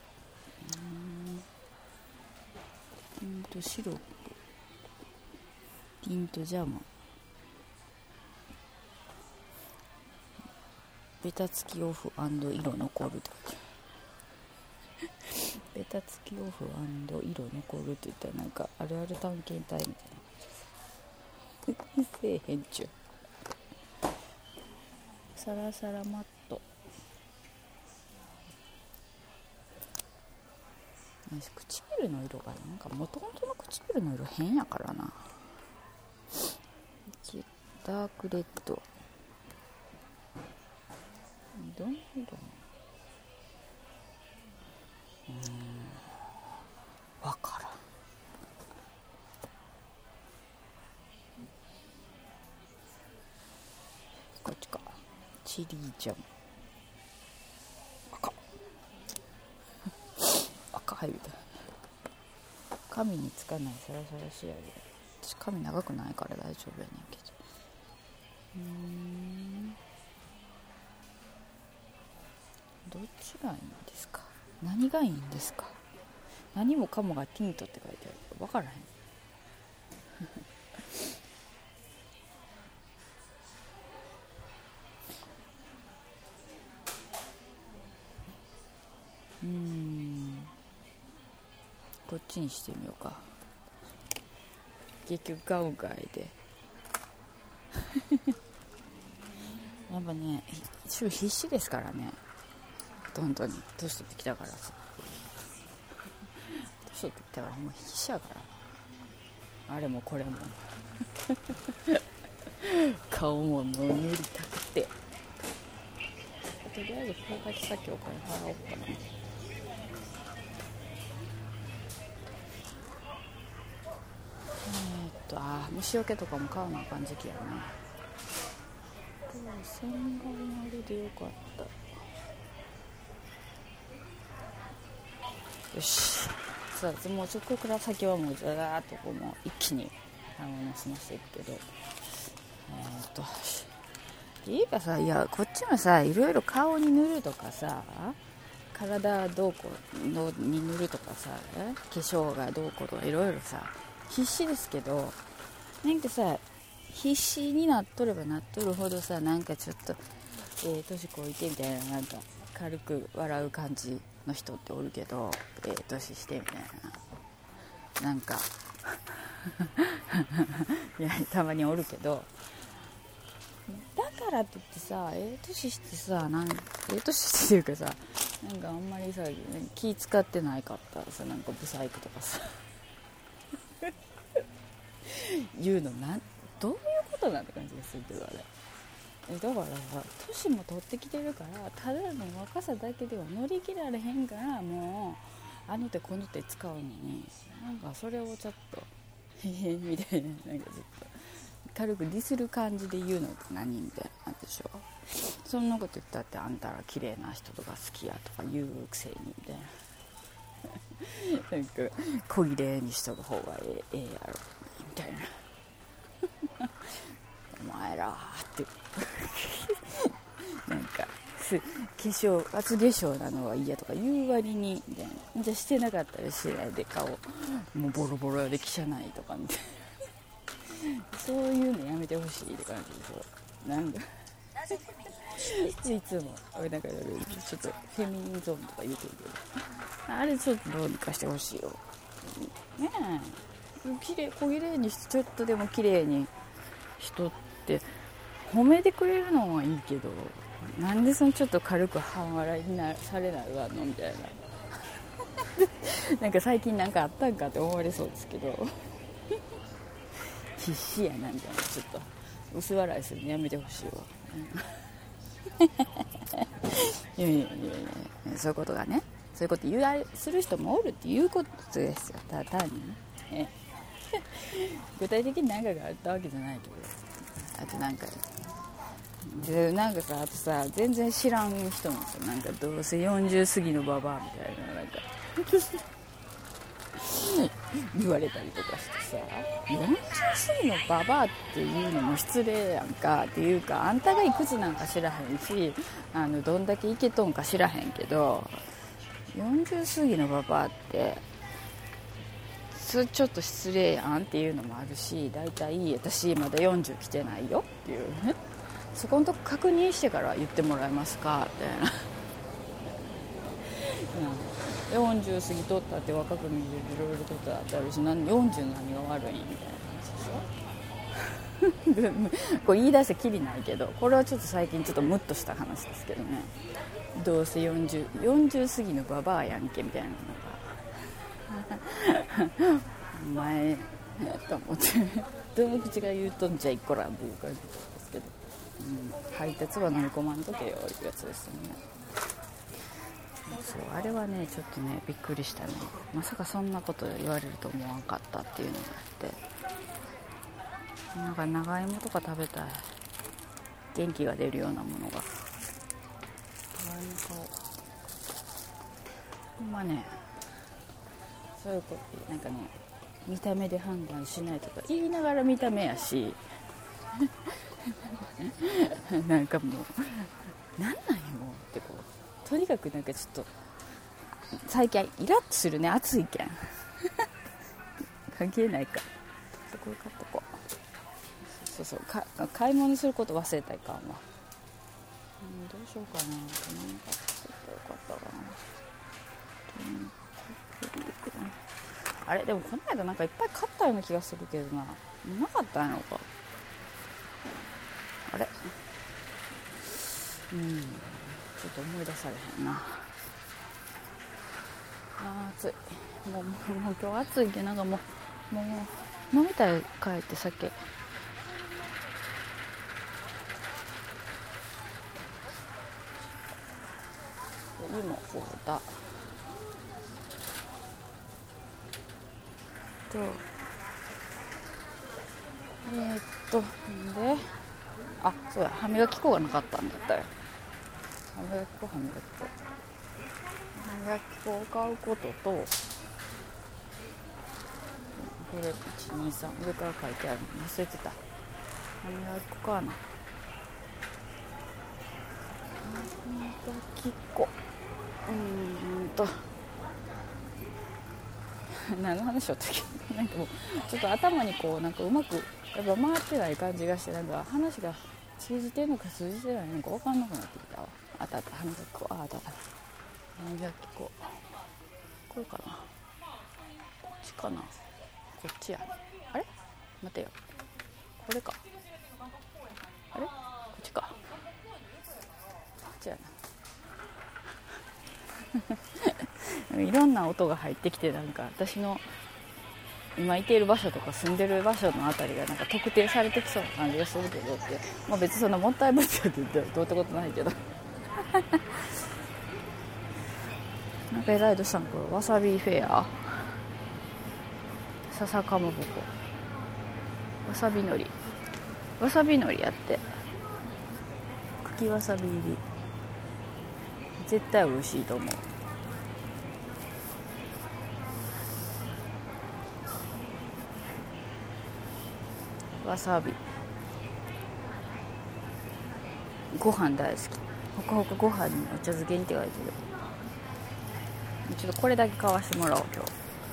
A: ティントシロップ、ティントジャム、ベタつきオフ&色残るって書いてあるベタつきオフ&色残るって言ったらなんかあるある探検隊みたいな感じせえへんちゅう。サラサラマット、唇の色がなんかもともとの唇の色変やからな。ダークレッド、どんな色なの、うーんわからん。こっちか、チリージャム、赤赤いみたいな、髪につかないサラサラ仕上げ、私髪長くないから大丈夫やねんけど、うーんどっちがいいんですか、何がいいんですか、何もかもがティントって書いてあるけど分からへんうーんこっちにしてみようか、結局買うんかいでやっぱね必死ですからね、本当に年取ってきたからさ、年取ってきたからもう必死やから、あれもこれも顔も塗りたくて、とりあえずこれだけさっきお金払おうかな。えー、っとあ虫除けとかも買うのあかん時期やな。 そんなあれでよかった。よし、さあもうそこから先はもうザーッとこうもう一気にあの済ませていくけど、えー、っといいかさ、いやこっちもさ、いろいろ顔に塗るとかさ、体どうこうのに塗るとかさ、化粧がどうこうとかいろいろさ必死ですけど、なんかさ必死になっとればなっとるほどさ、なんかちょっとええ年こいてみたいな、なんか軽く笑う感じの人っておるけど、ええ年してみたいな、なんかいやたまにおるけど、だからといってさ、ええ年してさ、なんええ年してっていうかさ、なんかあんまりさ気使ってないかったらさ、なんかブサイクとかさ言うのなんどういうことなんて感じがするけど、あれだからさ、年も取ってきてるから、ただの若さだけでは乗り切られへんから、もうあの手この手使うのに、なんかそれをちょっとへへみたいな、なんかちょっと軽くディスる感じで言うのって何みたいなでしょ。そんなこと言ったって、あんたら綺麗な人とか好きやとか言うくせにみたいななんか小綺麗にしとる方がええええやろみたいなお前らってなんか化粧厚化粧なのは嫌とか言う割にみたいな、じゃあしてなかったらしないで顔もうボロボロで汚いとかみたいなそういうのやめてほしいって感じでしょ。なんかいつも俺なんかちょっとフェミニンゾーンとか言うてるけど、あれちょっとどうにかしてほしいよねえ。綺麗小綺麗にしてちょっとでも綺麗に人って褒めてくれるのはいいけど、なんでそのちょっと軽く半笑いになされないわのみたいななんか最近なんかあったんかって思われそうですけど必死やなみたいな、ちょっと薄笑いするのやめてほしいわいやいやいやいや、そういうことがね、そういうこと言わする人もおるっていうことですよ、ただ単にね具体的に何かがあったわけじゃないけど、あとなんかでなんかさ、あとさ全然知らん人もさ、なんかどうせよんじゅう過ぎのババアみたいな、なんか言われたりとかしてさ、よんじゅう過ぎのババアっていうのも失礼やんかっていうか、あんたがいくつなんか知らへんし、あのどんだけイケとんか知らへんけど、よんじゅう過ぎのババアってちょっと失礼やんっていうのもあるし、だいたい私まだよんじゅう来てないよっていうね、そこのとこ確認してから言ってもらえますかみたいなうん、よんじゅう過ぎとったって若く見ていろいろことあったりし、よんじゅう何が悪いみたいな話でしょこう言い出してきりないけど、これはちょっと最近ちょっとムッとした話ですけどね、どうせよんじゅう、よんじゅう過ぎのババアやんけみたいなのがお前と思ってどの口が言うとんじゃいっこらっていう感じですけど、うん、配達は乗り込まんとけよいうやつですよね。そうあれはねちょっとねびっくりしたね、まさかそんなこと言われると思わんかったっていうのがあって、なんか長芋とか食べたい、元気が出るようなものが、長芋買おう。ほんまね、そういうことなんかね、見た目で判断しないとか言いながら見た目やしなんかもうなんなんよってこう、とにかくなんかちょっと最近イラッとするね、暑いけん関係ないか、そこ買っとこう。そうそうか、買い物すること忘れたいかんわ、うん、どうしようかな、何買ってよかったかな、あれでもこの間なんかいっぱい買ったような気がするけどな、なかったのか、あれうん、ちょっと思い出されへんな。あー暑い、もう、もう、もう今日暑いけど、なんかもうもう飲みたい、帰って酒。湯もこうだと、えー、っとであ、そうや、歯磨き粉がなかったんだったよ。歯磨き粉歯磨き粉歯磨き粉を買うことと、これいちにさん上から書いてあるの忘れてた。歯磨き粉かな。歯磨き粉うーんと何の話をったっけなんかもうちょっと頭にこうなんかうまくやっぱ回ってない感じがして、なんか話が通じてるのか通じてないのか分かんなくなってきたわ。あったあった、歯磨き粉、ああったあった、歯磨き粉これかな、こっちかな、こっちや、あれ待てよ、これか、あれこっちか、こっちやないろんな音が入ってきて、なんか私の今いている場所とか住んでる場所のあたりがなんか特定されてきそうな感じがするけどって、まあ、別にそんなもったいぶってって言ってどうってことないけどなんかえらいどうしたんこれ、わさびフェア、笹かまぼこ、わさびのり、わさびのりやって、茎わさび入り、絶対美味しいと思う。わさびご飯大好き、ほかほかご飯にお茶漬けにって書いてる。ちょっとこれだけ買わしてもらおう今日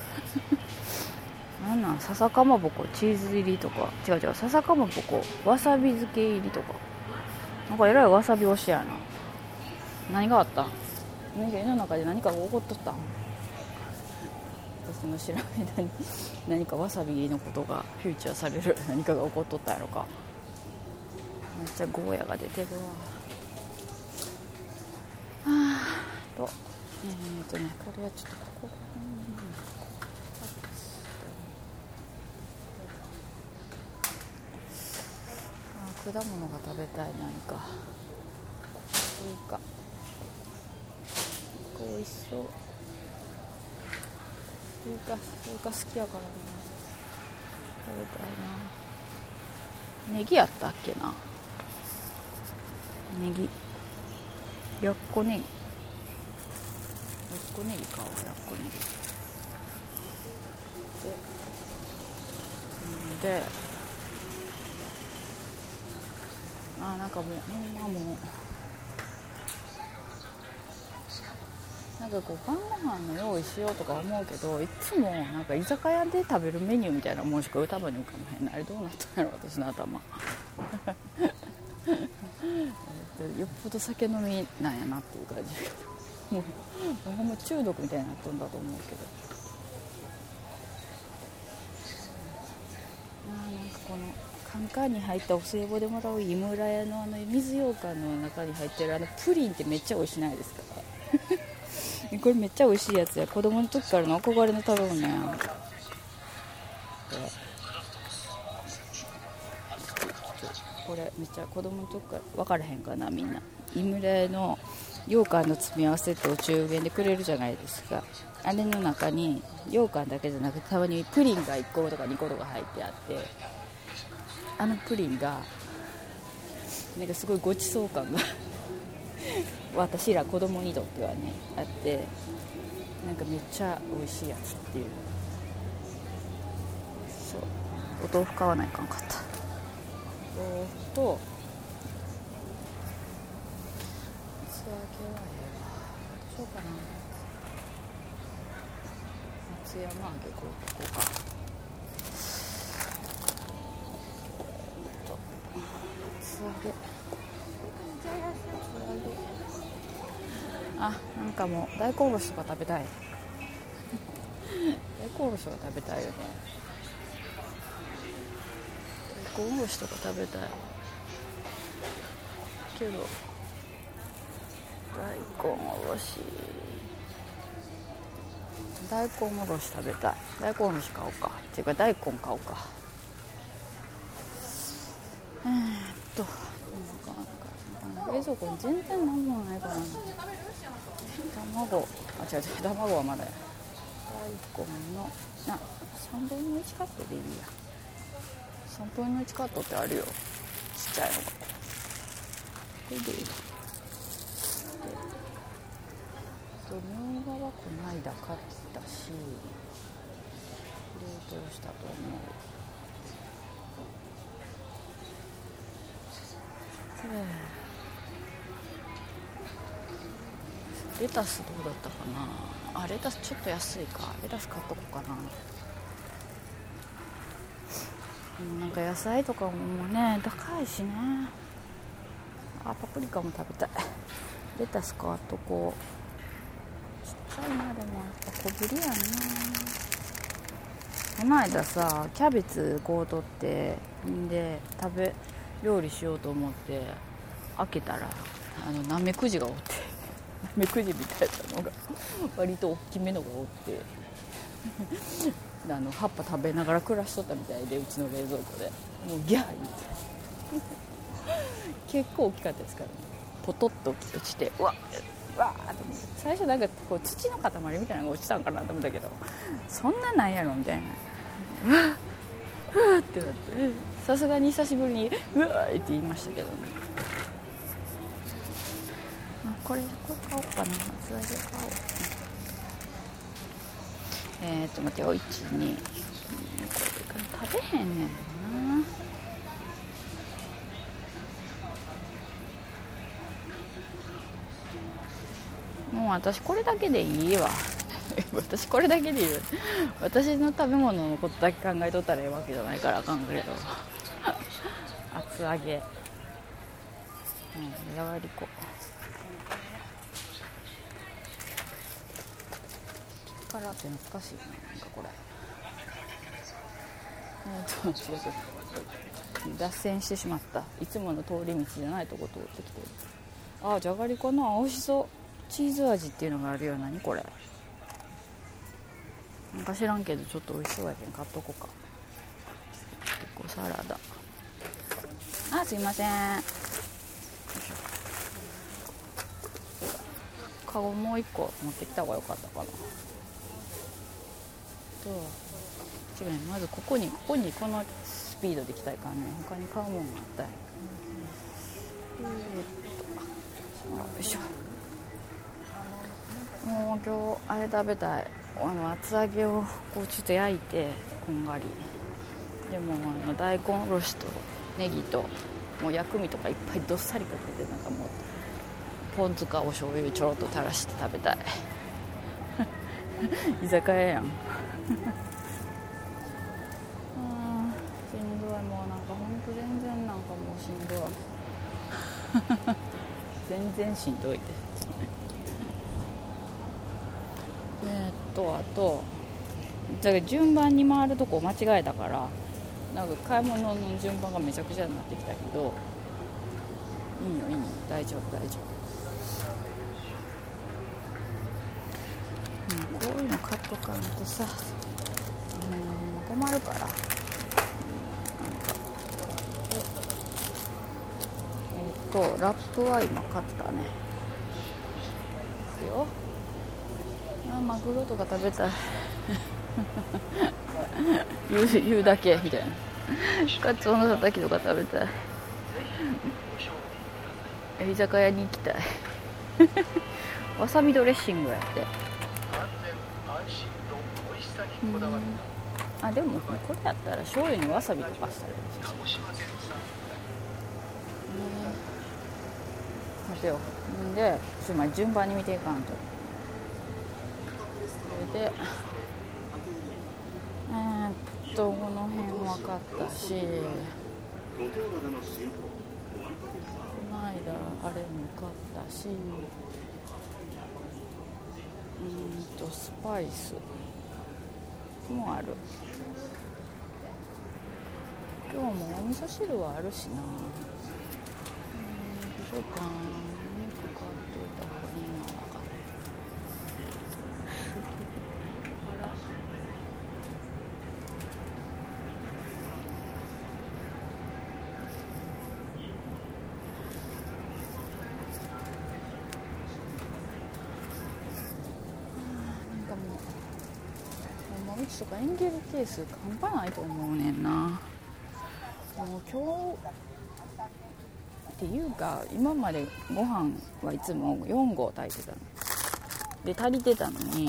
A: なんなん、笹かまぼこチーズ入りとか、違う違う、笹かまぼこわさび漬け入りとか、なんかえらいわさび推しやな。何があった、何か世の中で何かが起こっとったん、私の知らない間に何かわさび入りのことがフューチャーされる何かが起こっとったんやろか。めっちゃゴーヤが出てるわ。はーとえーとねこれはちょっとここ、うん、あ、果物が食べたい、何かスイカ、美味しそう、スイカ、スイカ好きやからな、食べたいな。ネギやったっけな、ネギ、やっこネギ、やっこネギ買おう、やっこネギで、であ、なんかもうほんまもうなんかこう晩ご飯の用意しようとか思うけど、いつもなんか居酒屋で食べるメニューみたいなもんしか頭に浮かばへん。あれどうなったんやろ私の頭よっぽど酒飲みなんやなっていう感じもうほんま中毒みたいになったんだと思うけど、あ、なんかこのカンカンに入ったお歳暮でもらう井村屋のあの水羊羹の中に入ってるあのプリンってめっちゃ美味しないですかこれめっちゃ美味しいやつや、子供の時からの憧れの食べ物や。これめっちゃ子供の時から分からへんかな、みんな井村屋の羊羹の詰め合わせってお中元でくれるじゃないですか。あれの中に羊羹だけじゃなくてたまにプリンがいっことかにことか入ってあって、あのプリンがなんかすごいごちそう感が私ら子供にとってはねあって、なんかめっちゃ美味しいやつっていう。そう、お豆腐買わないかんかった。豆腐と厚揚げはええわ、どうしようかな、松山揚げこうこうか、厚揚げ、あ、なんかもう大根おろしとか食べたい大根おろしとか食べたいよね。大根おろしとか食べたいけど、大根おろし大根おろし食べたい。大根おろし買おうか、っていうか大根買おうか。えーっと冷蔵庫に全然何もないからな。卵、あ、違う違う、卵はまだや。大根のなさんぶんのいちカットでいいや。さんぶんのいちカットってあるよ。 ちっちゃいのがこれでいい。でとみょうがはこの間買ったし冷凍したと思う。レタスどうだったかなあ。レタスちょっと安いか。レタス買っとこうかな。なんか野菜とかもね高いしね。あ、パプリカも食べたい。レタス買っとこう。ちっちゃいな。でもやっぱ小ぶりやんな。この間さキャベツこう取ってんで食べ料理しようと思って開けたらあのナメクジがおってナメクジみたいなのが割と大きめのがおってあの葉っぱ食べながら暮らしとったみたいで、うちの冷蔵庫でもうギャー言って結構大きかったですからね。ポトッと落ちてうわっわーって、最初なんかこう土の塊みたいなのが落ちたんかなと思ったけど、そんななんやろみたいな、うわっうわってなって、さすがに久しぶりにうわーって言いましたけどね。あ、これこれ買おうかな。厚揚げ買おう。えーっと待ってよ、いちにこれ食べへんねんな。もう私これだけでいいわ私これだけでいいわ私の食べ物のことだけ考えとったらええわけじゃないからあかんけど厚揚げ、うん、じゃがりこからって懐かしいな。なんかこれえー、っと違う違う脱線してしまった。いつもの通り道じゃないとこ通ってきてる。あ、じゃがりこの美味しそうチーズ味っていうのがあるよ。何これ。なんか知らんけどちょっと美味しそうやけん買っとこうか。結構サラダ。あ、すいません。カゴもう一個持ってきた方がよかったかな。と違う、まずここにここにこのスピードで来たいからね。他に買うもんがあったい。えー、っとよいしょ。もう今日あれ食べたい。あの厚揚げをこうちょっと焼いてこんがりでもあの大根おろしとネギともう薬味とかいっぱいどっさりかけて、なんかもうポン酢かお醤油ちょろっと垂らして食べたい居酒屋やんあしんどい。もうなんかほんと全然なんかもうしんどい全然しんどいですえー、っとあとだから順番に回るとこ間違えたからなんか買い物の順番がめちゃくちゃになってきたけど、いいよいいよ大丈夫大丈夫、うん、こういうの買っとかんとさ、うん、困るから。なんかえー、っとラップは今買ったねよ。あ、マグロとか食べたい言う、言うだけみたいなカツオのたたきとか食べたい居酒屋に行きたいわさびドレッシングやって。うん、あ、でもこれやったら醤油にわさびとかしたらいいし、待てよ。んでちょっと順番に見ていかんと。それでえー、っとこの辺分かったし、この間あれも買ったし、うんとスパイスもある。今日もお味噌汁はあるしな。うん、そうか、肉買っといた方がいいのかな。うちとかエンゲル係数半端ないと思うねんな。もう今日っていうか今までご飯はいつもよん合炊いてたので足りてたのに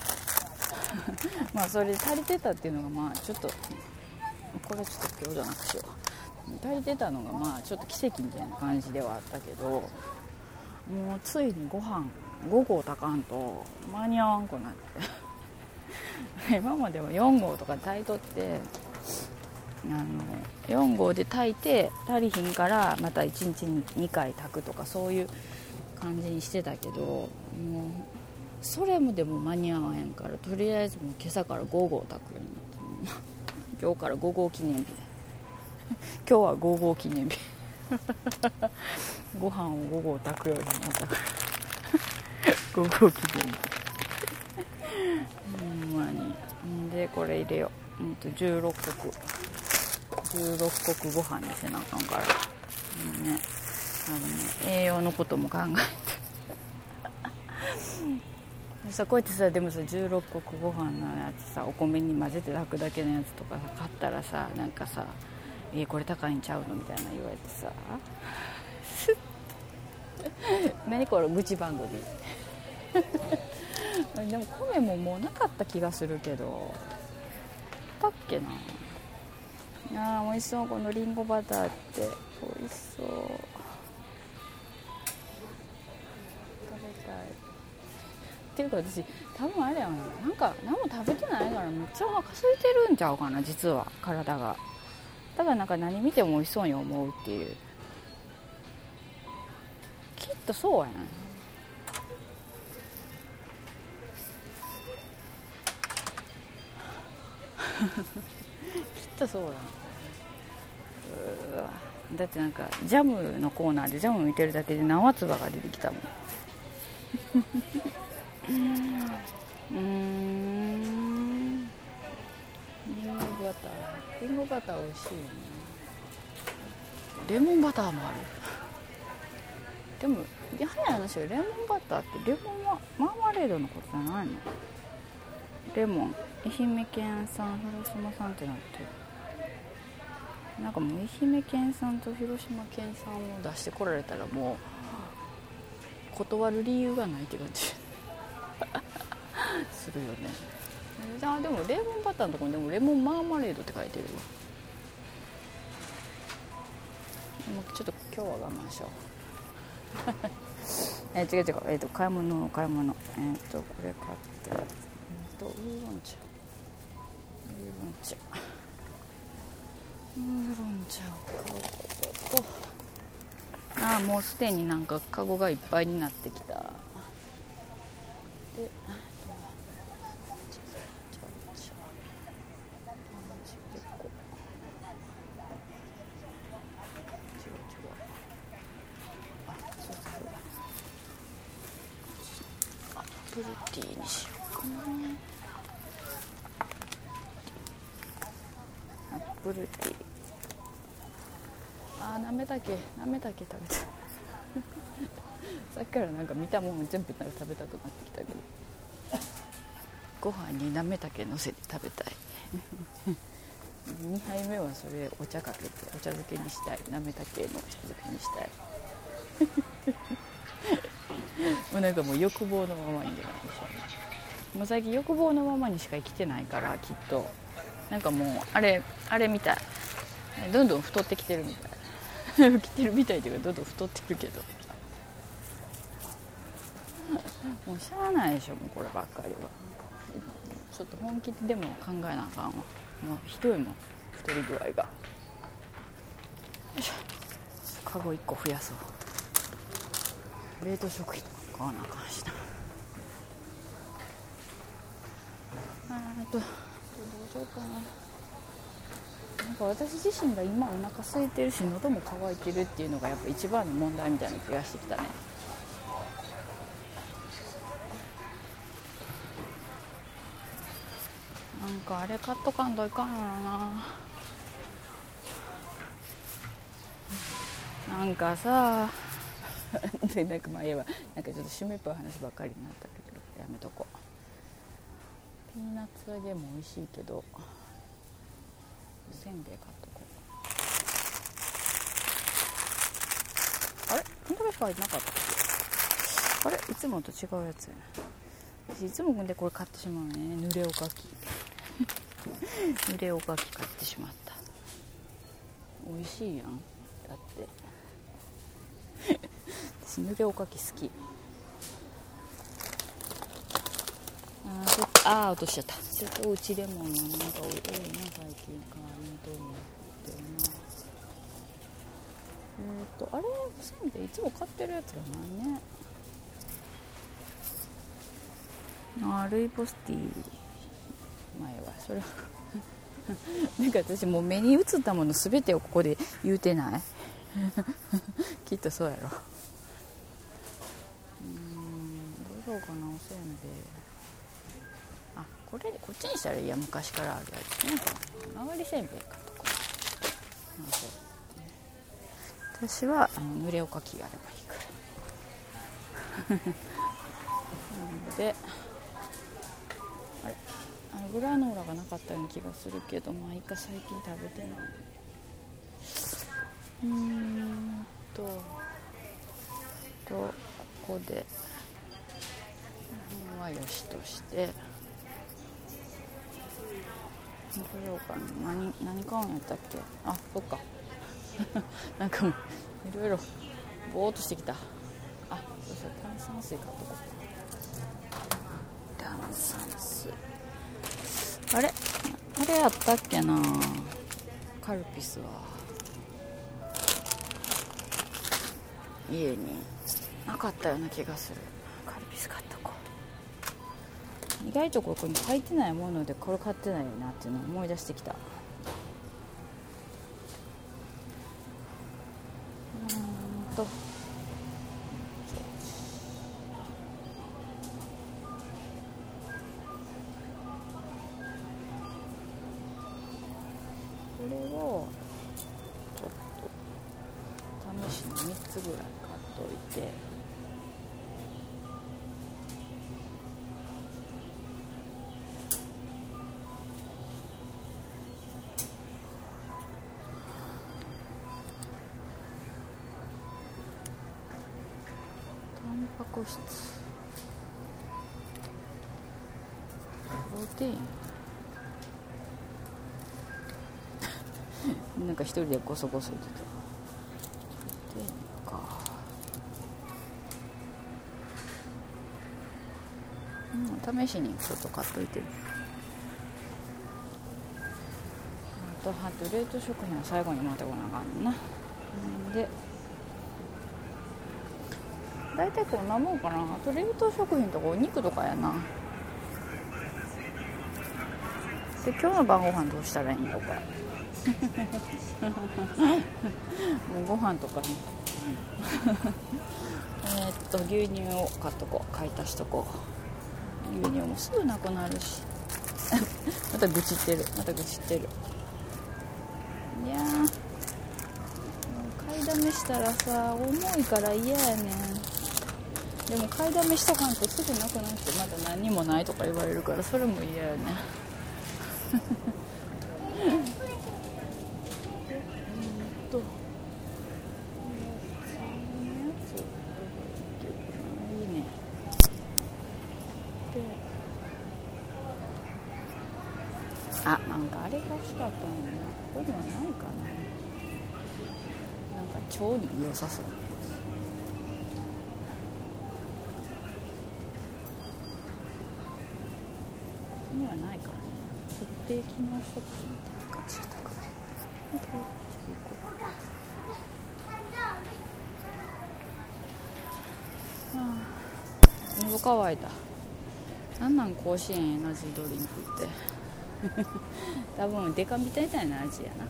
A: まあそれ足りてたっていうのがまあちょっとこれちょっと今日じゃなくしよう足りてたのがまあちょっと奇跡みたいな感じではあったけど、もうついにご飯ご合炊かんと間に合わんくなって今まではよん合とか炊いとってあのよん合で炊いて足りひんからまたいちにちににかい炊くとかそういう感じにしてたけど、もうそれもでも間に合わへんからとりあえずもう今朝からご合炊くようになって今日からご合記念日今日はご合記念日ご飯をご合炊くようになったからご合記念日ほんまに。でこれ入れよう、うんとじゅうろっこくじゅうろっこくご飯にせなあかんから、うんね、あのね栄養のことも考えてさこうやってさでもさじゅうろっこくご飯のやつさお米に混ぜて炊くだけのやつとかさ買ったらさなんかさえー、これ高いんちゃうのみたいな言われてさ何これ愚痴番組でも米ももうなかった気がするけどあったっけなあ。美味しそうこのリンゴバターって美味しそう食べたいっていうか私多分あれやんなんか何も食べてないからめっちゃお腹空いてるんちゃうかな実は体が。だからなんか何見ても美味しそうに思うっていう、きっとそうやなきっとそうやな。うわだってなんかジャムのコーナーでジャム見てるだけで生つばが出てきたもんうーんリンゴバターリンゴバター美味しいよね。レモンバターもある。でも早い話よレモンバターってレモンはマーマレードのことじゃないの。レモン愛媛県産広島産ってなってる。なんかもう愛媛県産と広島県産を出してこられたらもう断る理由がないって感じするよね。じゃあでもレモンバターのところにでもレモンマーマレードって書いてるよ。もうちょっと今日は我慢しようえー、違う違う、えー、と買い物買い物えっ、ー、とこれ買ってえっ、ー、とウーロン茶ウーロン茶ウーロン茶を買うことと、ああもうすでになんかカゴがいっぱいになってきた。でアップルティーにしようかな。アップルティーあーなめたけなめたけ食べたさっきからなんか見たもん全部なんか食べたくなってきたけどご飯になめたけのせて食べたいにはいめはそれお茶かけてお茶漬けにしたい。なめたけのお茶漬けにしたいもうなんかもう欲望のままにでなんでしょう。もう最近欲望のままにしか生きてないからきっとなんかもうあれあれみたいどんどん太ってきてるみたい来てるみたいというかどんどん太ってるけどもうしゃあないでしょもうこればっかりは。ちょっと本気でも考えなあかんわ。もうひどいもん太り具合が。よいしょカゴいっこ増やそう。冷凍食品買わなあかんしな。あとどうしようかな。なんか私自身が今お腹空いてるし喉も渇いてるっていうのがやっぱ一番の問題みたいな気がしてきたね。なんかあれ買っとかんといかんのな。なんかさでなんかまあ言えばなんかちょっと締めっぽい話ばっかりになったけどやめとこう。ピーナッツ揚げも美味しいけどせんべい買っとこ書いてなかったっけ。あれいつもと違うやつやな。私いつもでこれ買ってしまうね。濡れおかき濡れおかき買ってしまった。美味しいやんだって私濡れおかき好き。あーちょっとあー落としちゃった。瀬戸内レモンはなんか多いな最近かインドになってるな。えっ、ー、とあれせんべいいつも買ってるやつがないね。あールイボスティー前はそれはなんか私もう目に映ったもの全てをここで言うてないきっとそうやろ。うーんどうしようかな。おせんべいあこれこっちにしたらいいや。昔からあるやつね。曲がりせんべいかとか。私はあの濡れおかきがあればいいからなのであれあのグラノーラがなかったような気がするけど、まあいいか最近食べてない。うーんととここでこれはよしとしてどうしようかな。何何買うんやったっけ。あそっかなんかもういろいろぼーっとしてきた。あそうそう炭酸水買っとこう。炭酸水あれあれやったっけな。カルピスは家になかったような気がする。カルピス買っとこう。意外とここに書いてないものでこれ買ってないなっていうのを思い出してきた。うーんとこれをちょっと試しにみっつぐらい買っといて、タンパク質プロテインなんか一人でゴソゴソ言ってた。プロテインか、うん、試しにちょっと買っといて。あとあと冷凍食品は最後に持ってこなあかんな。で大体こんなもんかな。あと冷凍食品とかお肉とかやな。で今日の晩ご飯どうしたらいいのかもうご飯とかねえっと牛乳を買っとこう。買い足しとこう。牛乳もすぐなくなるしまた愚痴ってるまた愚痴ってる。いやー買いだめしたらさ重いから嫌やねん。でも買いだめしたかんとすぐなくなってまだ何もないとか言われるからそれも嫌やねあ、なんかあれが欲しかったのね。ここにはないかな。なんか腸に良さそう。ここにはないからね。特定機能ショップみたいな感じだったから。喉乾いた。なんなん甲子園エナジードリンクって多分デカみたいな味やな。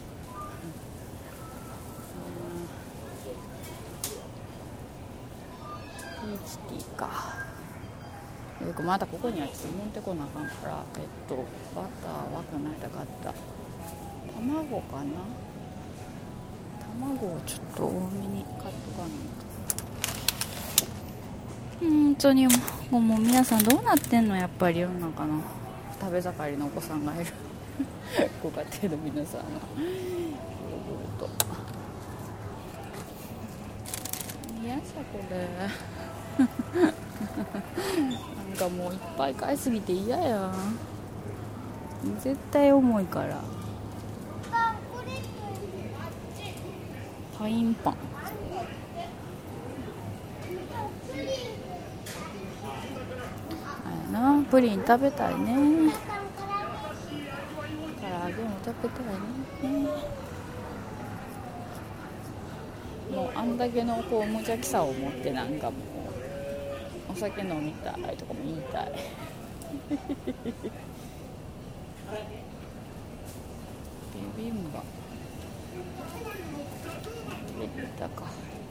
A: ピーチティーか。またここにはちょっと持ってこなあかんから、えっとバターはこの間買った卵かな。卵をちょっと多めに買っとかないと。本当にもう、もう皆さんどうなってんの。やっぱり世の中の食べ盛りのお子さんがいるご家庭の皆さんはヨーグルト。野これなんかもういっぱい買いすぎて嫌や。絶対重いから。パインパン、あやな、プリン食べたいね。唐揚げも食べたいね。もうあんだけのこう無邪気さを持ってなんかもうお酒飲みたいとかも言いたいビビンバ入れたか。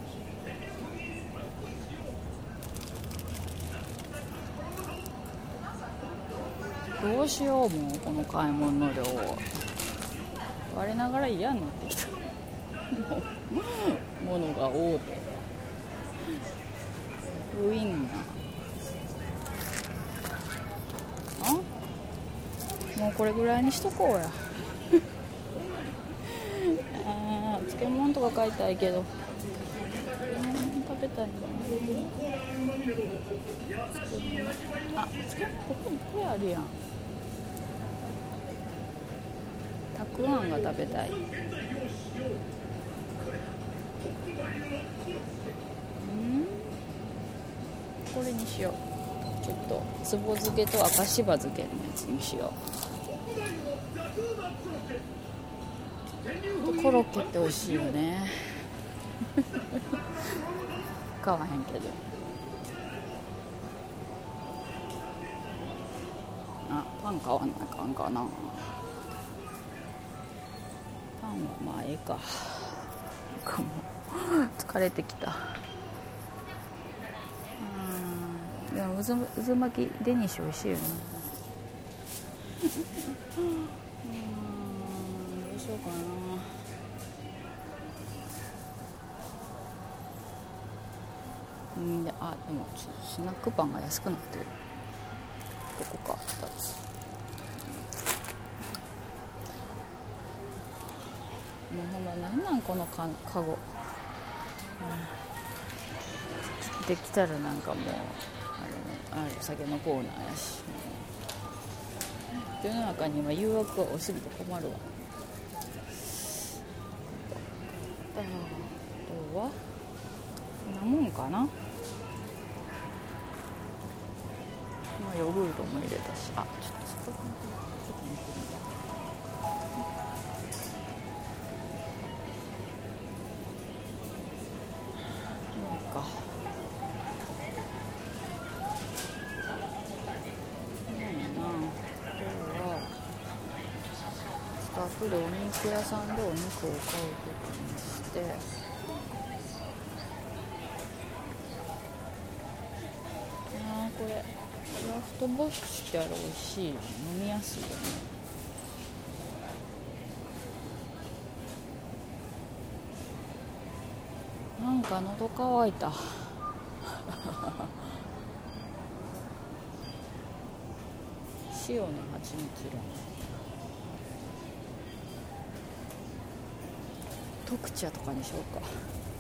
A: どうしよう、もうこの買い物の量我ながら嫌になってきたものが多くてウインナー、あ、もうこれぐらいにしとこうやあ、漬物とか買いたいけど、うん、食べたいな。あ、漬物ここにこれあるやん。たくあんが食べたい。うん、これにしよう。ちょっとつぼ漬けと赤しば漬けのやつにしよう。コロッケって美味しいよね買わへんけど。あ、パン買わなあかんかな。パンはまあええか。なんかもう疲れてきた。うん、でも渦渦巻きデニッシュ美味しいよねうん、どうしようかな。うんで、あ、でもスナックパンが安くなってる。ここかふたつ。もうほんまなんなんこのかカゴ、うん、できたらなんかもうあれ、あれ酒のコーナーやし、世の中には誘惑が多すぎて困るわ。あとはこんなもんかな。ヨーグルトも入れたし、あ、ちょっとそこちょっと見てみた。なんかなんやな、今日は近くでお肉屋さんでお肉を買うことにして、あーこれクラフトボックスってあれ美味しいよね、飲みやすいよね。なんか喉乾いた塩の蜂蜜色、特茶とかにしようか。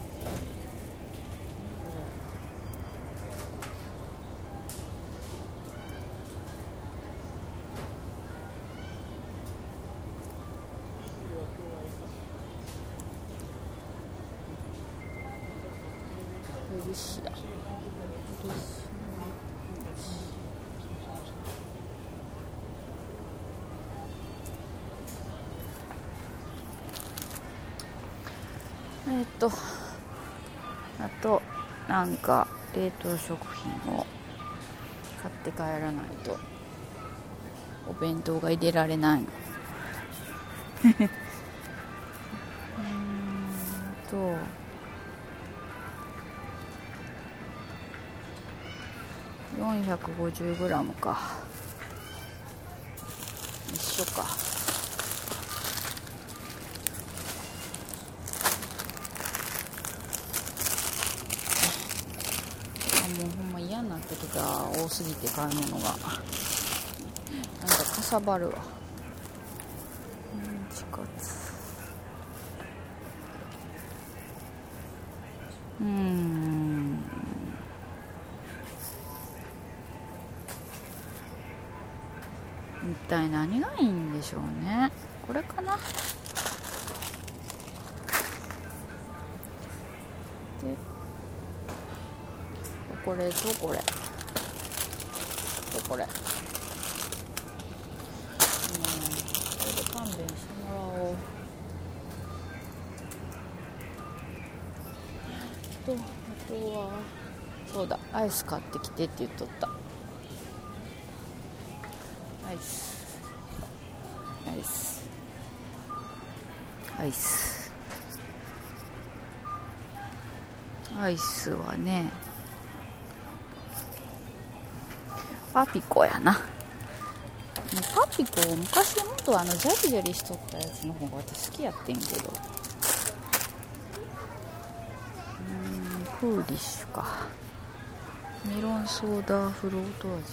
A: 漆だ。えっとあとなんか冷凍食品を買って帰らないとお弁当が入れられないのうーんとよんひゃくごじゅうグラム か一緒か。もうほんま嫌になってきた、多すぎて買い物がなんかかさばるわ。メンチカツ、うーん一体何がいいんでしょうね。これかな。でこれとこれとこれ、うん、これで勘弁してもらおう。とあとはそうだ、アイス買ってきてって言っとった。アイスアイスアイスアイスはね、パピコやな。パピコ、昔もっとあのジャリジャリしとったやつの方が私好きやってんけど、うーん、クーリッシュか。メロンソーダフロート味。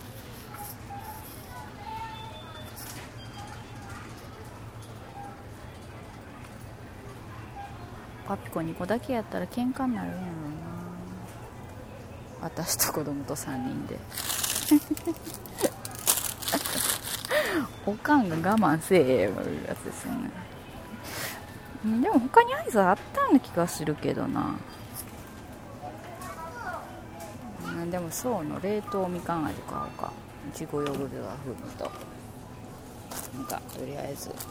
A: パピコにこだけやったら喧嘩になるんやろな。私と子供とさんにんでおかんが我慢せえいうやつですよね。でも他にアイスあったような気がするけどな。でもそうの冷凍みかん味買おうか。いちごヨーグルトが風味となんかとりあえず、うん、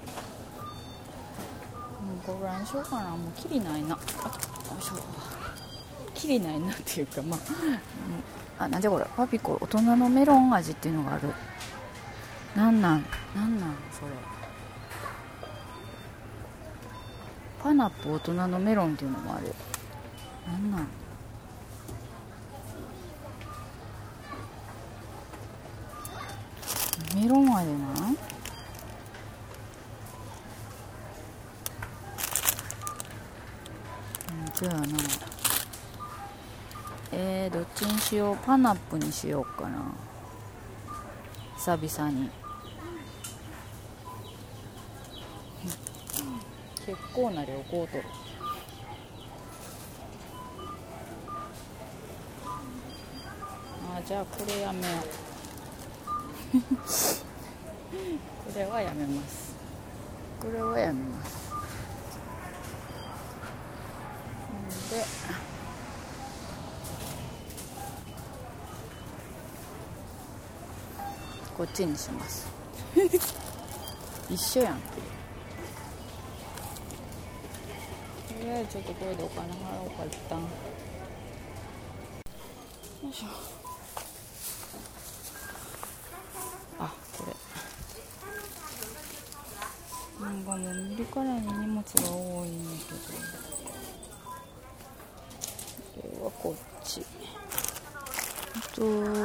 A: これぐらいにしようかな。もうキリないな。あ、よいしょ。キリないなっていうか、まあ、あ、なんじゃこれ。パピコ大人のメロン味っていうのがある。なんなんなんなんそれ。パナップ大人のメロンっていうのもある。なんなん。メロン味なん。じゃあな、えー、どっちにしよう。パナップにしようかな、久々に。結構な量こうとる。あ、じゃあこれやめようこれはやめますこれはやめますで、こっちにします一緒やん。とりあえずちょっとこれでお金払おうか一旦。よいしょ。あ、これなんかもう見るからに荷物が多いんだけど、これはこっち。あと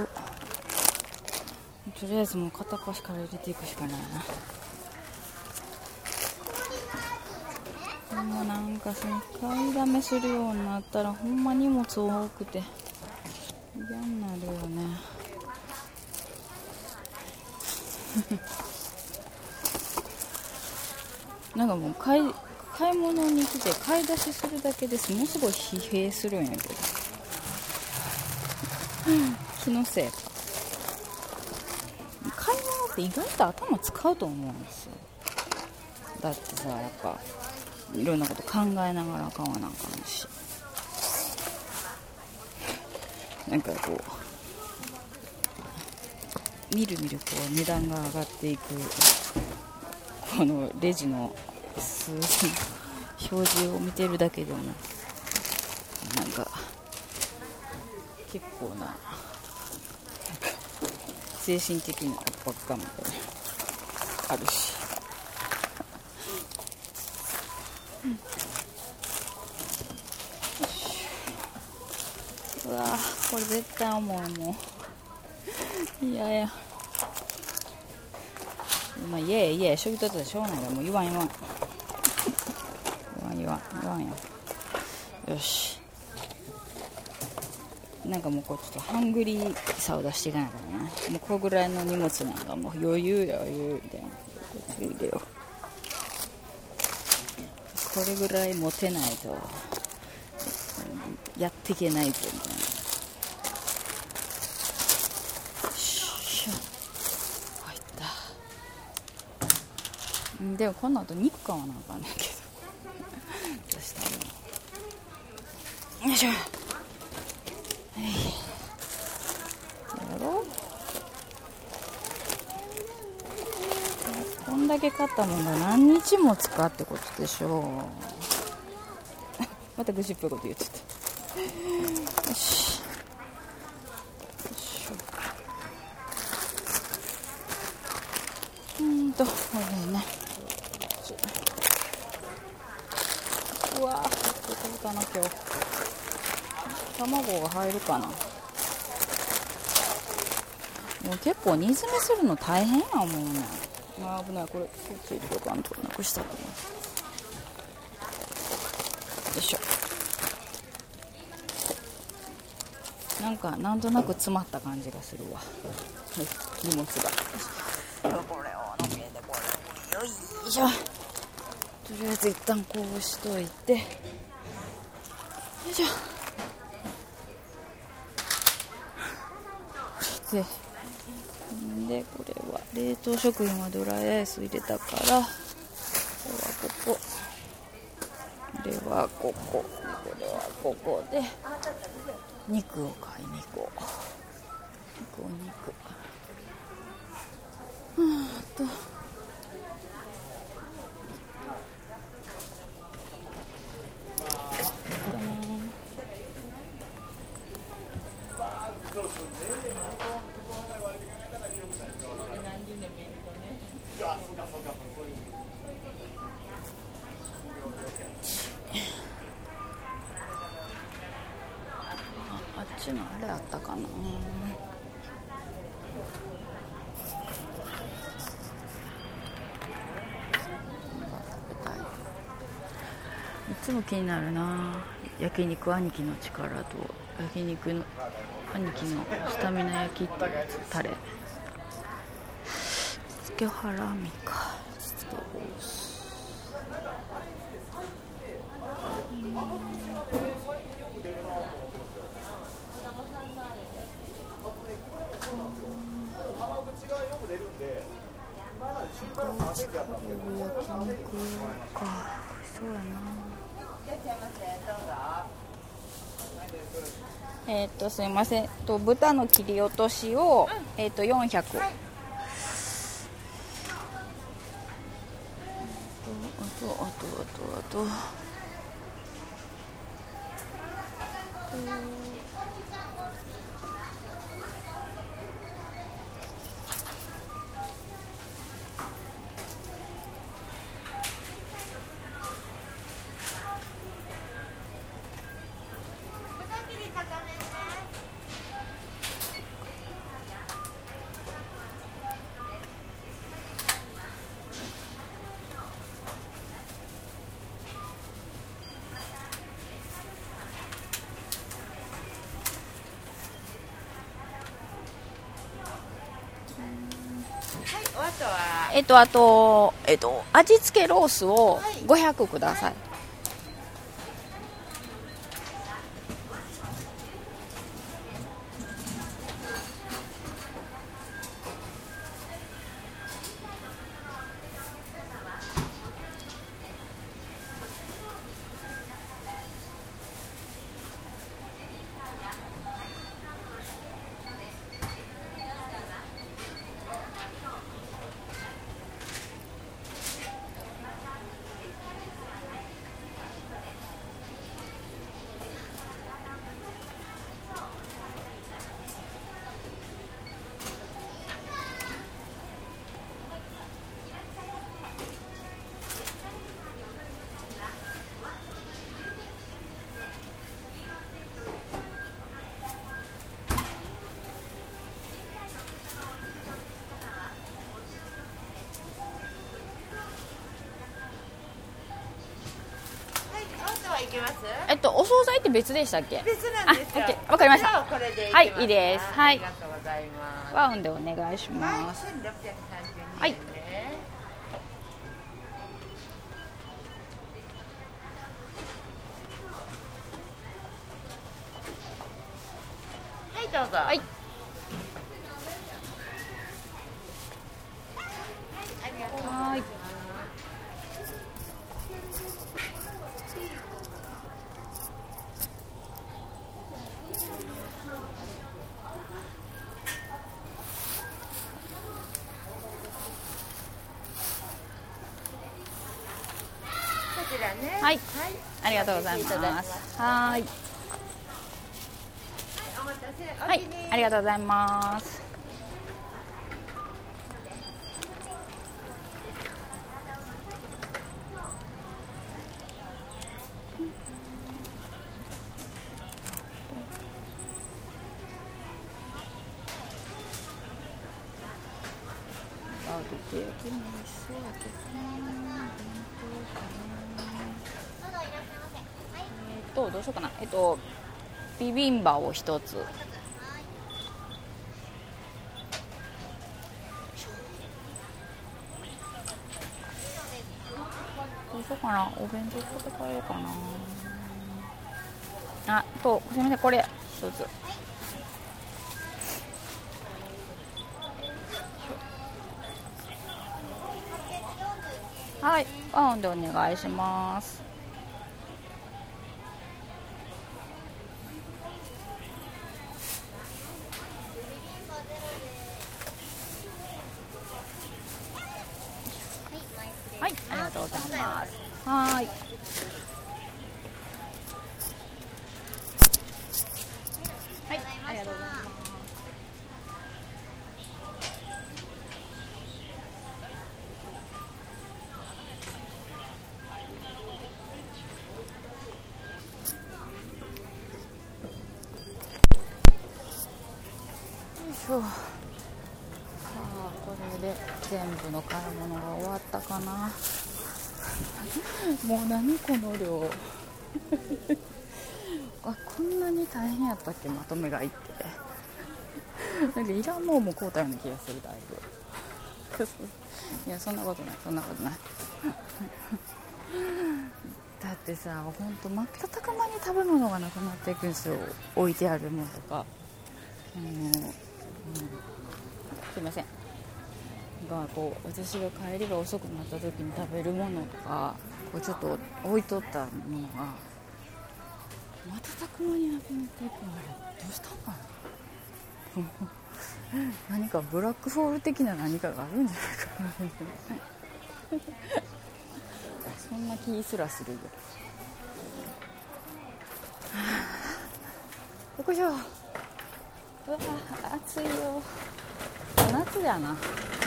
A: とりあえずもう片っ端から入れていくしかないな。ほんまなんかその買いだめするようになったらほんま荷物多くて嫌になるよねなんかもう買い買い物に来て買い出しするだけですものすごい疲弊するんやけど気のせいか。買い物って意外と頭使うと思うんですよ。だってさ、やっぱいろんなこと考えながら買わなあかんし、なんかこうみるみるこう値段が上がっていくこのレジの数字の表示を見てるだけでもなんか結構な精神的な圧迫感もあるし、うわこれ絶対重いもういやいや、まあいやいやしょびとったらしょうがないからもう言わん言わん言わん言わん言わんよ。よし、なんかもうこうちょっとハングリーさを出していかないからな。もうこれぐらいの荷物なんかもう余裕や余裕みたいな。余裕だよ。これぐらい持てないとやっていけないぞみたいな。よいしょ、入った。 でもこの後肉買わなあかんねんけどどうしたの。よいしょ。はい、やろう。こんだけ買ったもの何日も使うってことでしょうまた愚痴っぽいこと言っちゃった。よしよいしょ。うんとこれね、うわー、どこかな今日。卵が入るかな。もう結構煮詰めするの大変やもんね。あ、危ない。これこっち入れとかんとなくしたかな。よいしょ。なんかなんとなく詰まった感じがするわ荷物が。これをのけて、これをよいしょ。とりあえず一旦こうしといて、よいしょ。ででこれは冷凍食品はドライアイス入れたから、これはここ、これはここ、これはここで肉を買いに行こう。肉お肉、うんとあっちのあれあったかな。いつも気になるな、焼肉兄貴の力と焼肉の兄貴のスタミナ焼きってやつ、タレつけハラミか。どうす焼肉か、そうやな。えっとすいません、と豚の切り落としを、えっとよんひゃく、はい、あとあとあとあとあとえっとあとえっと味付けロースをごひゃくください。えっとお惣菜って別でしたっけ？
B: 別なんですよ。
A: わかりました。
B: これでいきます。
A: はい、いいです。はい。
B: ありがとうございます。
A: ワウンでお願いします。
B: はい、せんろっぴゃくさんじゅうにえんね。
A: はい。
B: はい、どうぞ。
A: はい。
B: ありがとうございます。 ね。
A: はい、ありがとうございます。はい、
B: お待たせ。
A: はい、ありがとうございます。バーベキュー焼きも美味しそうだけどな。えっとどうしようかな。えっとビビンバを一つ。どうしようかな。お弁当買って帰ろうかな。あとすみません、これ一つ。はい、パンでお願いします。はい、ありがとうございます。はい。はい、ありがとうございます。よいしょ。さあ、これで全部の買い物が終わったかな。もう何この量。あ、こんなに大変やったっけ、まとめ買いって。なんかいらんもんも買うたような気がする、だいぶ。いや、そんなことない、そんなことない。だってさ、ほんと瞬く間に食べ物がなくなっていくんですよ。置いてあるものとか。あの、うん、すいません。がこう私が帰りが遅くなった時に食べるものとかこうちょっと置いとったものが瞬く間になくなっていくの。あれどうしたんかな。何かブラックホール的な何かがあるんじゃないかな。そんな気すらするよ。よこしょ。うわ暑いよ。夏だな。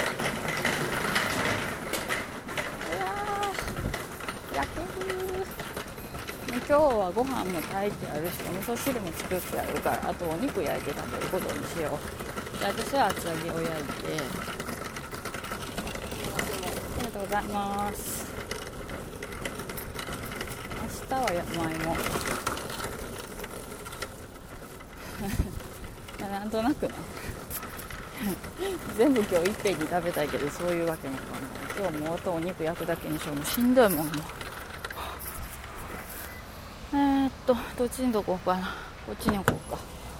A: 焼ける。今日はご飯も炊いてあるしお味噌汁も作ってあるから、あとお肉焼いて食べることにしよう。で私は厚揚げを焼いて。ありがとうございます。明日は山芋。なんとなくね全部今日いっぺんに食べたいけど、そういうわけにいかない。今日もあとお肉焼くだけにしよう。もうしんどいもん。もうえーっとどっちにどこうかな。こっちに置こうか。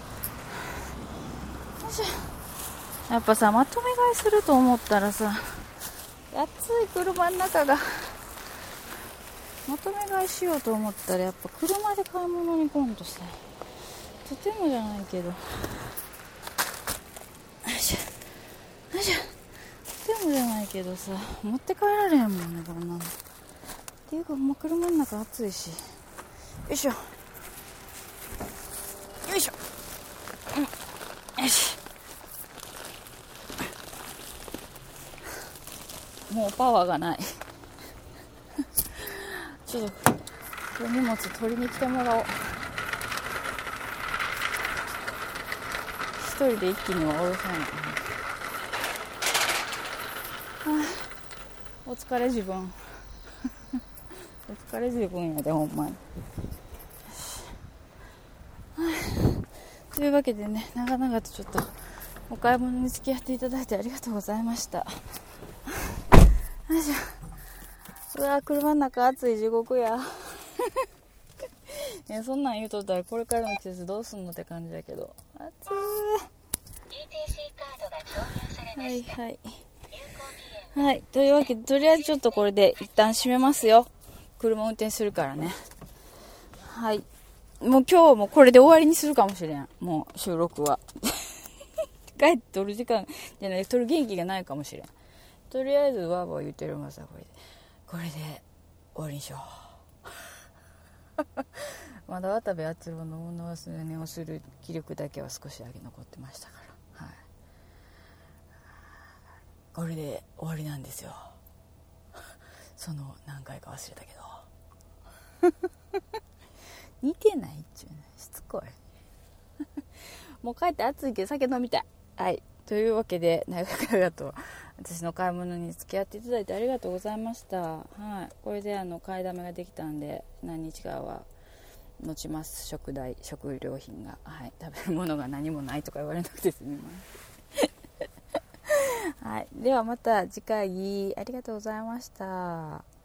A: よいしょ。やっぱさ、まとめ買いすると思ったらさ、暑い車の中がまとめ買いしようと思ったらやっぱ車で買い物に行こうとさ、とてもじゃないけど、よいしょよいしょ、とてもじゃないけどさ、持って帰られへんもんね、こんなの。っていうかもう車の中暑いし。よいしょよいしょ、うん、よし。もうパワーがないちょっと荷物取りに来てもらおう。一人で一気には下ろさない、はあ、お疲れ自分お疲れ自分やで、ほんまに。というわけでね、長々とちょっとお買い物に付き合っていただいてありがとうございました。よいしょ。うわ、車の中暑い地獄やいや、そんなん言うとったらこれからの季節どうすんのって感じだけど、暑い。 イーティーシー カードが挿入されました。はいはいはい、というわけでとりあえずちょっとこれで一旦閉めますよ。車運転するからね。はい、もう今日もこれで終わりにするかもしれん。もう収録は帰って撮る時間じゃない、撮る元気がないかもしれん。とりあえずワーワー言ってるまさこれでこれで終わりにしようまだ渡部篤郎の物忘れをする気力だけは少しだけ残ってましたから、はい、これで終わりなんですよ。その何回か忘れたけど似てないっちゅうね、しつこいもう帰って暑いけど酒飲みたい。はい、というわけで長々と私の買い物に付き合っていただいてありがとうございました。はい、これであの買いだめができたんで何日かは持ちます。食代食料品が、はい、食べるものが何もないとか言われなくてすみませんはい、ではまた次回ありがとうございました。